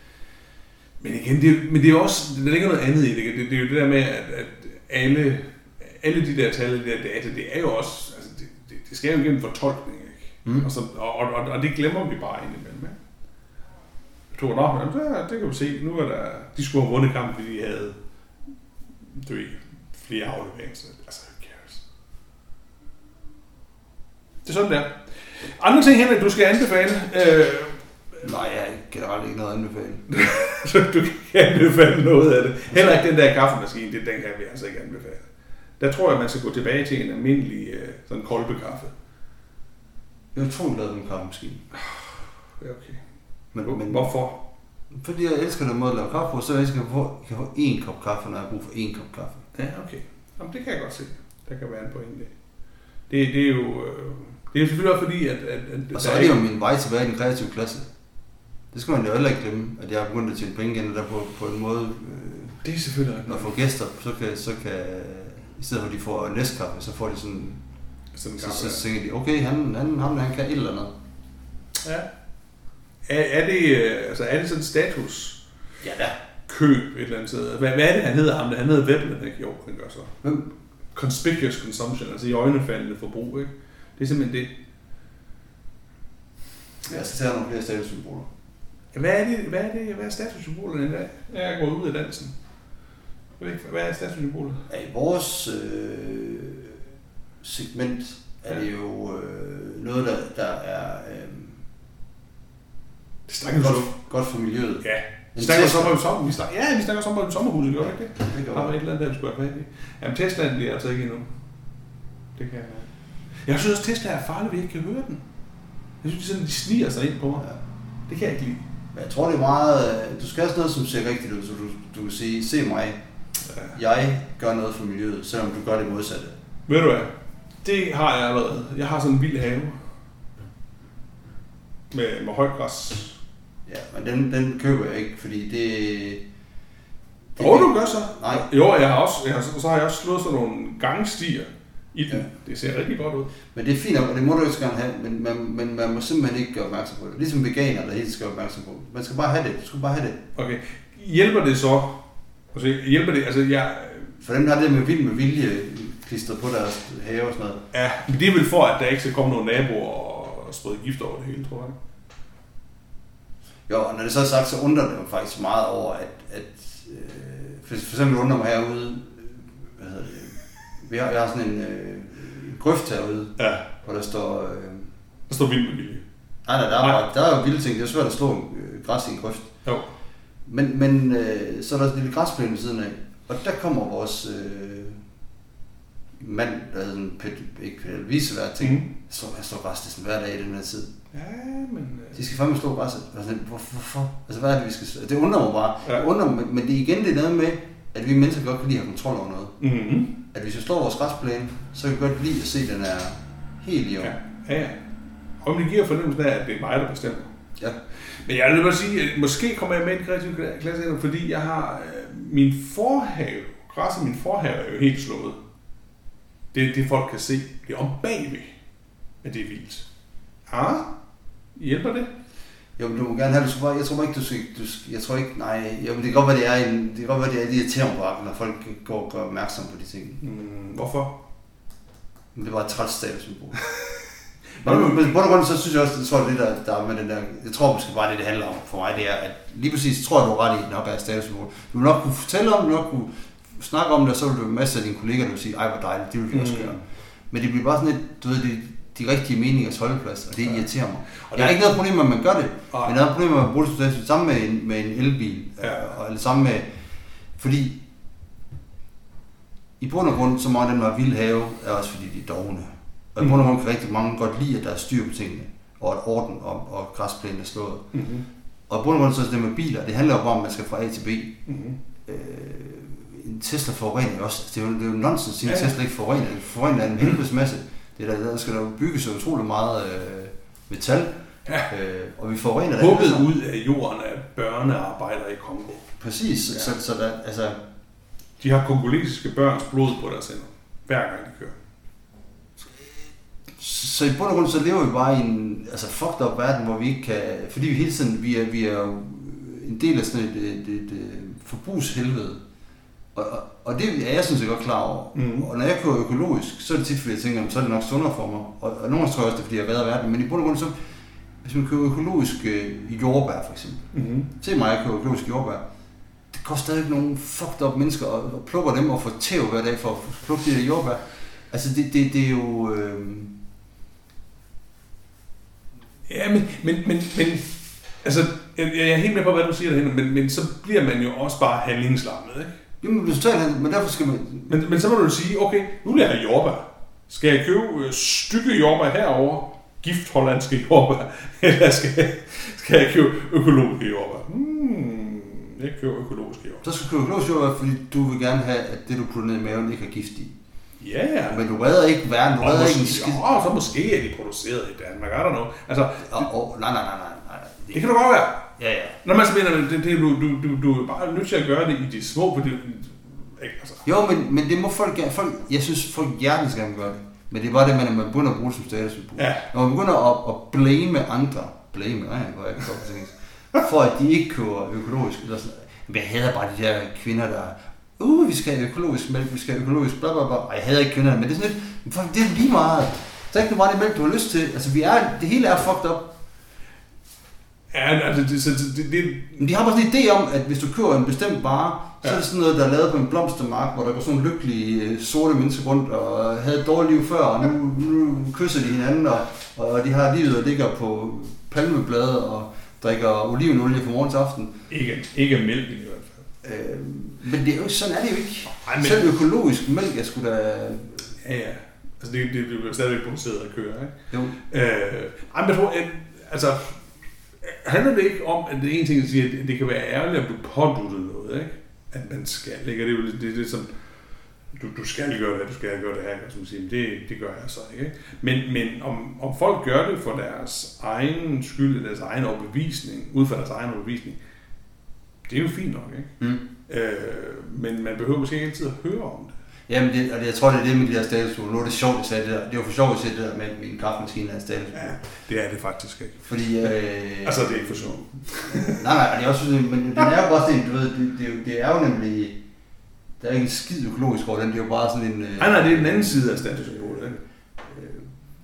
Men igen, det, men det er også, der ligger noget andet i det. Det, det er jo det der med, at, at alle, alle de der tal, de der data, det er jo også, altså det, det, det skal jo igennem fortolkning, ikke? Mm. Og, så, og, og, og det glemmer vi bare indimellem, ikke? Jeg tror, nå, det, det kan vi se. Nu er der, de skulle have vundet kampen, fordi de havde, du ved, flere afleveringer. Altså, who cares? Det er sådan der. Andre ting, Henrik, du skal anbefale? Øh, Nej, jeg har generelt ikke noget at anbefale. Du kan anbefale noget af det. Heller ikke den der kaffemaskine, det, den kan vi altså ikke anbefale. Der tror jeg, man skal gå tilbage til en almindelig sådan kolbekaffe. Jeg tror, du lavede en kaffemaskine. Ja, okay. Men, Hvor, men, hvorfor? Fordi jeg elsker den måde at lave kaffe på, så jeg skal få, kan få én kop kaffe, når jeg har brug for én kop kaffe. Ja, okay. Jamen, det kan jeg godt se. Der kan være en pointe. Det, det er jo... Det er jo selvfølgelig også fordi, at... at, at og så er det jo min vej tilbage i den kreative klasse. Det skal man jo heller ikke glemme, at jeg har begyndt at tjene penge igen, der på, på en måde... Øh, det er selvfølgelig rigtigt. Når jeg får gæster, så kan, så kan... I stedet for at de får næstkaffe, så får de sådan... sådan så, så, så tænker de, okay, han, han, han, han kan et eller andet. Ja. Er, er, det, altså, er det sådan en status? Ja da. Køb et eller andet sted. Hvad, hvad er det, han hedder ham? Han hedder Veblen, ikke? Jo, han gør så. Hvem? Conspicuous consumption, altså i øjnefaldende forbrug, ikke? Det er simpelthen det. Jeg skal tage nogle flere statussymboler. Hvad er det? Hvad er det? Hvad er statussymbolerne i dag? Jeg er gået ud af dansen. Hvad er statussymbolet? Ja, i vores øh, segment er det jo øh, noget, der, der er øh, det godt, godt for miljøet. Ja. Vi snakker så om sommer. Vi snakker, ja, vi snakker så om sommerhuset, gør det ikke det? Det gør der var et eller andet, der vi skulle have fat i. Jamen, Teslaen bliver altså ikke endnu. Det kan jeg mærke. Jeg synes også, Tesla er farlig, at vi ikke kan høre den. Jeg synes, de, sådan, de sniger sig ind på mig. Ja. Det kan jeg ikke lide. Men jeg tror, det er meget... Du skal også noget, som ser rigtigt ud, så du, du kan sige, se mig. Ja. Jeg gør noget for miljøet, selvom du gør det modsatte. Ved du hvad? Det har jeg allerede. Jeg har sådan en vild have. Med, med højt græs. Ja, men den, den køber jeg ikke, fordi det... det Åh, du gør så? Nej. Jo, jeg har også, jeg har, så har jeg også slået sådan nogle gangstier i den. Ja. Det ser rigtig godt ud. Men det er fint, og det må du ikke gerne have, men man, men man må simpelthen ikke gøre opmærksom på det. Ligesom veganer, der helt skal gøre opmærksom på det. Man skal bare have det. Du skal bare have det. Okay. Hjælper det så? Altså, hjælper det? Altså, jeg... For dem, der har det med vild med vilje klistret på deres have og sådan noget. Ja, men det er vel for, at der ikke skal komme nogle naboer og sprede gift over det hele, tror jeg. Jo, og når det så er sagt, så undrer det mig faktisk meget over, at, at øh, for, for eksempel undrer mig herude, øh, hvad hedder det, vi har, jeg har sådan en, øh, en grøft herude, ja. Hvor der står... Øh, der står vild med vilje. Nej, nej, der er, bare, der er jo vilde ting, det er svært at slå øh, græs i en grøft. Jo. Men, men øh, så er der en lille græsplæne ved siden af, og der kommer vores øh, mand, der hedder sådan pæt, ikke pæt, visevært ting, mm. slår, jeg slår græs næsten hver dag i den her tid. Ja, men... Øh... De skal fandme slå græsset. Hvorfor? Hvorfor? Altså, hvad er det, vi skal... Det undrer mig bare. Ja. Det undrer mig, men det er igen det noget med, at vi mennesker godt kan lide at have kontrol over noget. Mm-hmm. At hvis vi slår vores græsplæne, så kan vi godt lide at se, at den er helt i år. Ja, ja, ja. Og det giver fornemmelsen af, at det er mig, der bestemmer. Ja. Men jeg vil bare sige, at måske kommer jeg med i en kreativ klasse, fordi jeg har øh, min forhave, græsset i min forhave er jo helt slået. Det er det, folk kan se. Det er om bagved, at det er vildt. Ah? Hjælper det? Jo, men du må gerne have det. Jeg tror ikke, du skal... Du skal jeg tror ikke... Nej, jo, men det kan godt være, det er en... Det kan godt være, det er lidt irriterende på, når folk går og gør opmærksom på de ting. Mm, hvorfor? Men det var et træt statussymbol. Men på grund så synes jeg også, det tror jeg, det der, der er med den der... Jeg tror måske bare, det det handler om for mig, det er, at lige præcis tror jeg, du er ret i, nok er et statussymbol. Du vil nok kunne fortælle om det, nok kunne snakke om det, og så vil du en masse af dine kolleger, der vil sige, ej, hvor dejligt, det vil vi også gøre. Men det bliver bare sådan et, du ved, det, de rigtige meningers holdeplads, og det ja. Irriterer mig. Og jeg har ikke noget problem med, at man gør det, ja. Men jeg har et problem med, at man bruger det sammen med en, med en elbil, ja. og, eller sammen med, fordi i bund og grund, så meget den var vild have, er også fordi de er dogne. Og i bund og grund kan rigtig mange godt lide, at der er styr på tingene, og at orden og, og græsplænen er slået. Mm-hmm. Og i bund og grund, så er det med biler, det handler jo bare om, at man skal fra A til B. Mm-hmm. Øh, en Tesla forurener også, det er jo, det er jo nonsens, at ja, ja. Tesla ikke forurener, det forurener en helvedes masse. Det er der, der skal der bygge så utrolig meget øh, metal, ja. øh, og vi forurener det. Hugget ud af jorden af børnearbejdere i Kongo. Præcis, ja. så, så der, altså... De har kongolesiske børns blod på deres hænder, hver gang de kører. Så i bund og grund, så lever vi bare i en altså fucked up verden, hvor vi ikke kan... Fordi vi hele tiden, vi er, vi er jo en del af sådan et, et, et, et forbrugshelvede. Og, og, og det er jeg synes jeg godt klar over. Mm. Og når jeg kører økologisk, så er det tit, fordi jeg tænker, så er det nok sundere for mig. Og, og nogle gange tror jeg også, det er, fordi jeg redder verden. Men i bund og grund, så hvis man køber økologisk øh, jordbær for eksempel. Mm-hmm. Se mig, jeg køber økologisk jordbær. Det koster stadig nogle fucked up mennesker og, og plukker dem og får tæv hver dag for at plukke de der jordbær. Altså det, det, det er jo... Øh... Ja, men, men, men, men altså, jeg, jeg er helt med på, hvad du siger derhen, men, men så bliver man jo også bare handlingslammet, ikke? Jamen, det er totalt, men derfor skal man... Men, men så må du sige, okay, nu vil jeg have jordbær. Skal jeg købe stykke jordbær herover, gift hollandske jordbær, eller skal, skal jeg købe økologiske jordbær? Hmm. Jeg køber økologisk yoghurt. Så skal du købe økologisk yoghurt, fordi du vil gerne have, at det du putter ned i maven ikke er gift i. Ja, ja. Men du redder ikke verden, du redder ikke en skid. Åh, så måske er de produceret i Danmark, er der noget? Altså, og, og, nej, nej, nej, nej, nej. Det, det kan du godt være. Ja, ja. Når man så mener, det, det, du, du, du, du er bare nødt til at gøre det i de små, fordi, ikke, altså. Jo, men, men det må folk gerne, folk, jeg synes folk hjertens gerne gøre det. Men det er bare det, man, man begynder at bruge det som statussymbol. Ja. Når man begynder at, at blame andre, blame, nej, hvor jeg kan godt tænke, for at de ikke køber økologisk, eller sådan. Jeg hader bare de der kvinder, der uh, vi skal have økologisk mælk, vi skal have økologisk bla bla bla. Og jeg hader ikke kvinderne, men det er sådan lidt, det er lige meget. Så er ikke bare det mælk, du har lyst til. Altså, vi er, det hele er fucked up. Ja, altså, det, det, det, det... Men de har bare sådan en idé om, at hvis du køber en bestemt vare, ja. Så er det sådan noget, der er lavet på en blomstermark, hvor der går sådan nogle lykkelige sorte mennesker rundt og havde et dårligt liv før, og nu, nu kysser de hinanden, og, og de har livet og ligger på palmeblade og drikker olivenolie fra morgen til aften. Ikke, ikke mælk i hvert fald. Øh, men det er jo, sådan er det jo ikke. Ej, men... Selv økologisk mælk er sgu da... Ja, ja. Altså, det, det bliver stadigvæk produceret af køer, ikke? Jo. Øh, ej, men jeg tror, at, altså... handler det ikke om, at det er en ting, at sige, at det kan være ærgerligt at blive påduttet noget, ikke? At man skal, ikke? Det er jo det, det, det som, du, du skal gøre det, du skal gøre det her, og som siger, det, det gør jeg så ikke. Men, men om, om folk gør det for deres egen skyld, deres egen overbevisning, ud fra deres egen overbevisning, det er jo fint nok, ikke? Mm. Øh, men man behøver måske ikke altid at høre om det. Jamen, det, og det, jeg tror, det er det med de her statussymbol. Nu er det sjovt, at sagde det der. Det er jo for sjovt at sige det der med, at min kaffemaskine er statussymbol. Ja, det er det faktisk ikke. Fordi... Øh, altså, det er ikke for sjovt. nej, nej, det er også, men den er jo bare sådan, du ved, det, det, det er jo nemlig... Der er ikke en skid økologisk over den, det er jo bare sådan en... Øh, nej, nej, det er den anden side af statussymbolet, ikke? Øh,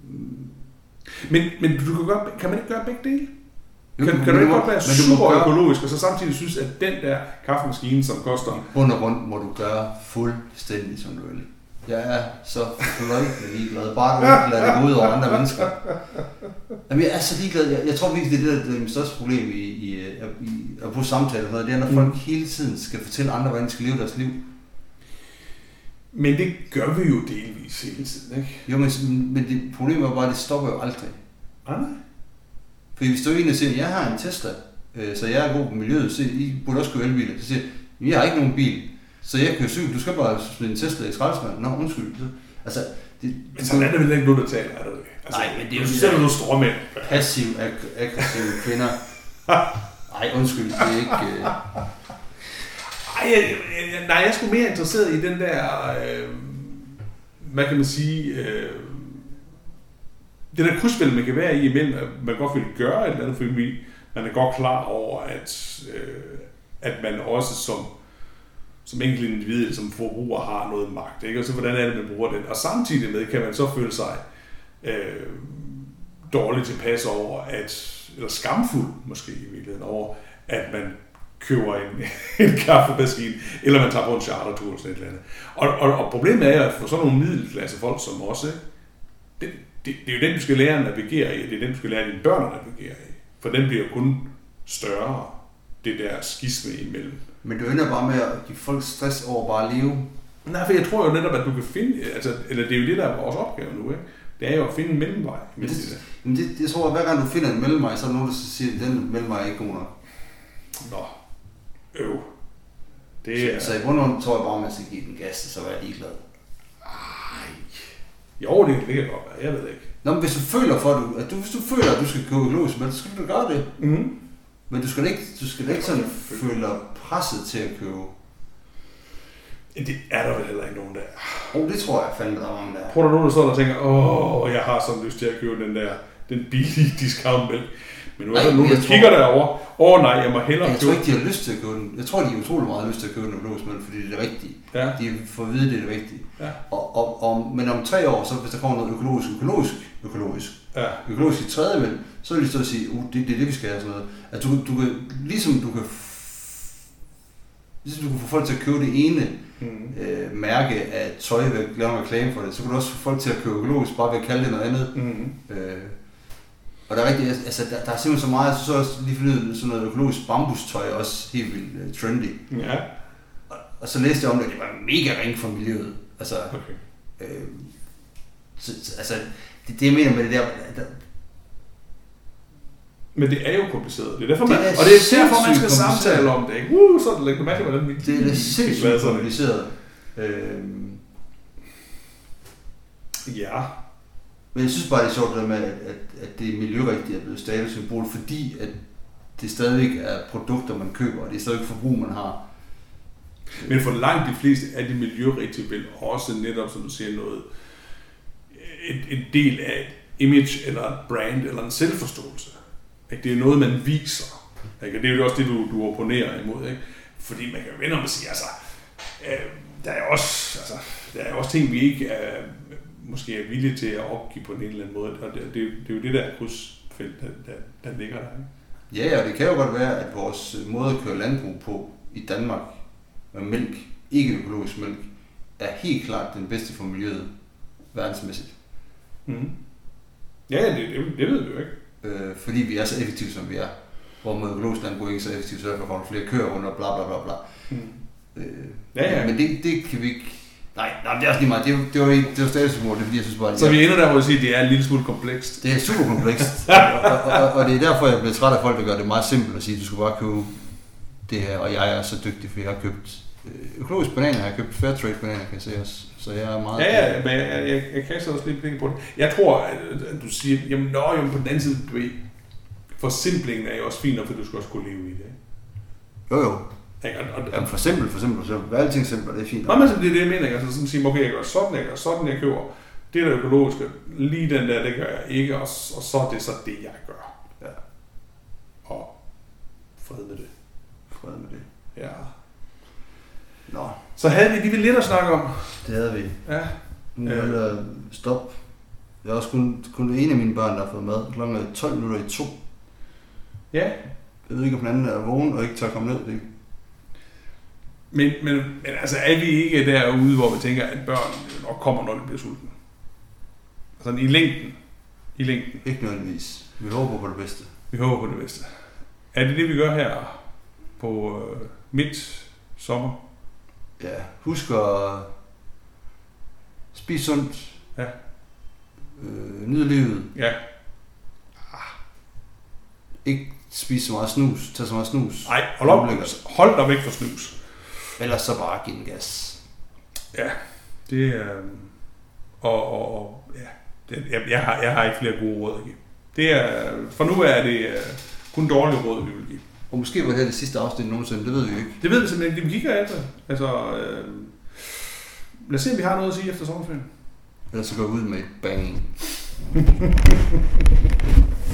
men, men du kan, gøre, kan man ikke gøre begge dele? Kan, kan, kan du ikke godt være super gøre, økologisk, og så samtidig synes, at den der kaffemaskine, som koster... I bund og grund må du gøre fuldstændig som du vil. Jeg er så fløjtende ligeglad. Bare du ikke lader det gå ud over andre mennesker. Jamen, jeg er så ligeglad. Jeg, jeg tror virkelig, det er det, der er mit største problem i, i, i at bruge samtaler. Det er, når folk mm. hele tiden skal fortælle andre, hvordan de skal leve deres liv. Men det gør vi jo delvis hele tiden, ikke? Jo, men, men det problemet er bare, at det stopper jo aldrig. Ah, nej. Fordi hvis du egentlig siger, at jeg har en Tesla, øh, så jeg er god på miljøet, så I burde også købe elbiler. Så siger jeg, jeg har ikke nogen bil, så jeg kører cykel. Du skal bare smide en Tesla i skraldespanden. Nå, undskyld. Altså, det, men sådan er det vel ikke noget, der taler, er det ikke? Altså, nej, men det er jo selv nogle stråmænd. Passiv, ag- aggressive kvinder. Nej, undskyld, det er ikke... Øh... Ej, jeg, jeg, nej, jeg er sgu mere interesseret i den der, øh, hvad kan man sige... Øh, det der krydsfelt, man kan være i imellem, at man godt vil gøre et eller andet, fordi man er godt klar over, at, øh, at man også som, som enkelt individ, som forbruger, har noget magt. Ikke? Og så hvordan er det, man bruger den? Og samtidig med kan man så føle sig øh, dårligt tilpas over, at, eller skamfuld måske i virkeligheden, over, at man køber en, en kaffemaskine, eller man tager på en chartertur eller sådan et eller andet. Og, og, og problemet er, at for sådan nogle middelklasse folk som også, det, Det, det er jo den, du skal lære at navigere i, det er den, du skal lære dine børn at navigere i. For den bliver jo kun større, det der skisme imellem. Men du ender bare med at give folk stress over bare at leve. Nej, for jeg tror jo netop, at du kan finde, altså, eller det er jo det, der er vores opgave nu, ikke? Det er jo at finde en mellemvej. Men det, det. Men det, jeg tror, at hver gang du finder en mellemvej, så er der nogen, der siger, at den mellemvej er ikke god nok. Nå, øv. Det er... Så, så i bunden tror jeg bare, at man skal give den gas, så er jeg ligeglad. Jo, det, det kan godt være. Jeg ved det ikke. Nå, men hvis du føler for, at du, hvis du føler, at du skal købe økologisk mælk, så skal du gøre det. Mm-hmm. Men du skal ikke, du skal ikke sådan føle dig presset til at købe. Det er der vel heller ikke nogen der. Åh, oh, det tror jeg fandme, der er mange der. Prøv der nogen, der står der og tænker, åh, jeg har sådan lyst til at købe den der, den billige discountmælk. Men nu er der nogen, der kigger derovre. Åh oh, nej, jeg må hellere købe. Jeg tror ikke, de har lyst til at købe den. Jeg tror, de har utrolig meget lyst til at købe den økologisk mælk, fordi det er det rigtige. Ja. De får at vide, det er det rigtige. Ja. Og, og, og, men om tre år, så hvis der kommer noget økologisk, økologisk, økologisk, ja. økologisk i tredje mælk, så vil de stå og sige, uh, det, det er det, vi skal have sådan noget. At du, du kan, ligesom du kan, ligesom du kan få folk til at købe det ene mm. øh, mærke af tøj, ved at lave en reklame for det, så kan du også få folk til at købe økologisk, bare ved at kalde det noget andet. Mm. Øh, Og der er rigtig, altså der, der er simpelthen så meget, så så også lige fundet sådan noget økologisk bambustøj, også helt vildt uh, trendy. Ja. Og, og så læste jeg om det, og det var mega ring for miljøet. Altså, okay. øh, så, altså det, det jeg mener med det der, der Men det er jo kompliceret. Det er derfor, man, det er og det er derfor, man skal samtale om det. Ikke? Uh, så er det lægge mærke, hvordan vi det er det sindssygt kompliceret. Øhm. Ja. Men jeg synes bare, det er sjovt, det med, at, at, at det miljørigtigt er blevet statussymbol, fordi at det stadigvæk er produkter, man køber, og det er stadigvæk forbrug, man har. Men for langt de fleste er de miljørigtige vel også netop, som du siger, noget, en, en del af et image, eller et brand, eller en selvforståelse. Ikke? Det er noget, man viser. Ikke? Og det er jo også det, du, du opponerer imod. Ikke? Fordi man kan jo vende om at sige, altså, øh, der er også, altså, der er også ting, vi ikke er, måske er villige til at opgive på en eller anden måde. Og det, det, det er jo det der krydsfelt, der, der, der ligger der. Ikke? Ja, og det kan jo godt være, at vores måde at køre landbrug på i Danmark med mælk, ikke økologisk mælk, er helt klart den bedste for miljøet verdensmæssigt. Mm. Ja, det, det, det ved vi jo ikke. Øh, fordi vi er så effektive, som vi er. Hvor med økologisk landbrug ikke så effektivt, så der kommer flere køer under, bla bla bla bla. Mm. Øh, ja, ja. Men det, det kan vi ikke... Nej, nej, det er også lige meget. Det, var, det var, det var statussymbol, det er fordi, jeg synes bare... Det så vi ender der, hvor vi siger, at det er en lille smule komplekst. Det er super komplekst. og, og, og, og, det er derfor, jeg bliver træt af folk, der gør det meget simpelt at sige, at du skal bare købe det her, og jeg er så dygtig, fordi jeg har købt økologisk bananer, jeg har købt Fairtrade bananer, kan jeg se også. Så jeg er meget... Ja, ja, men jeg, jeg, jeg, jeg kaster også lidt penge på det. Jeg tror, at, at du siger, jamen nå, jo, på den anden side, du ved, forsimplingen er jo også fint, for du skal også kunne leve i det. Jo, jo. Ja, og, og, jamen for simpelt, for simpelt, for simpelt. Alting simpelt, det er fint. Nå, men det er det, jeg mener. Altså sådan at sige, okay, jeg gør sådan, jeg gør sådan, jeg køber. Det der økologiske, lige den der, det gør jeg ikke, og, og så er det så det, jeg gør. Ja. Og fred med det. Fred med det. Ja. Nå. Så havde vi lige lidt at snakke om. Det havde vi. Ja. Nu er jeg stop. Jeg har også kun, kun en af mine børn, der har fået mad. Klokken er tolv minutter i to. Ja. Jeg ved ikke, om den anden er vågen og ikke tør komme ned. Det. Men, men, men altså er vi ikke derude, hvor vi tænker, at børn nok kommer, når de bliver sultne? Altså i længden. I længden. Ikke nødvendigvis. Vi håber på det bedste. Vi håber på det bedste. Er det det, vi gør her på øh, midt sommer? Ja, husk at spise sundt. Ja. Øh, nyde livet. Ja. Ah. Ikke spise så meget snus. Tag så meget snus. Nej, hold op. Hold dig væk fra snus. Ellers så bare give den gas. Ja, det er... Øh, og, og, og ja, det, jeg, jeg, har, jeg har ikke flere gode råd at give. Det er, for nu er det øh, kun dårlige råd, vi vil give. Og måske var det her det sidste afsnit nogensinde, det ved vi ikke. Det ved vi simpelthen ikke, vi kigger efter. Altså, øh, lad os se, om vi har noget at sige efter sommerferien. Ellers så går vi ud med et bang.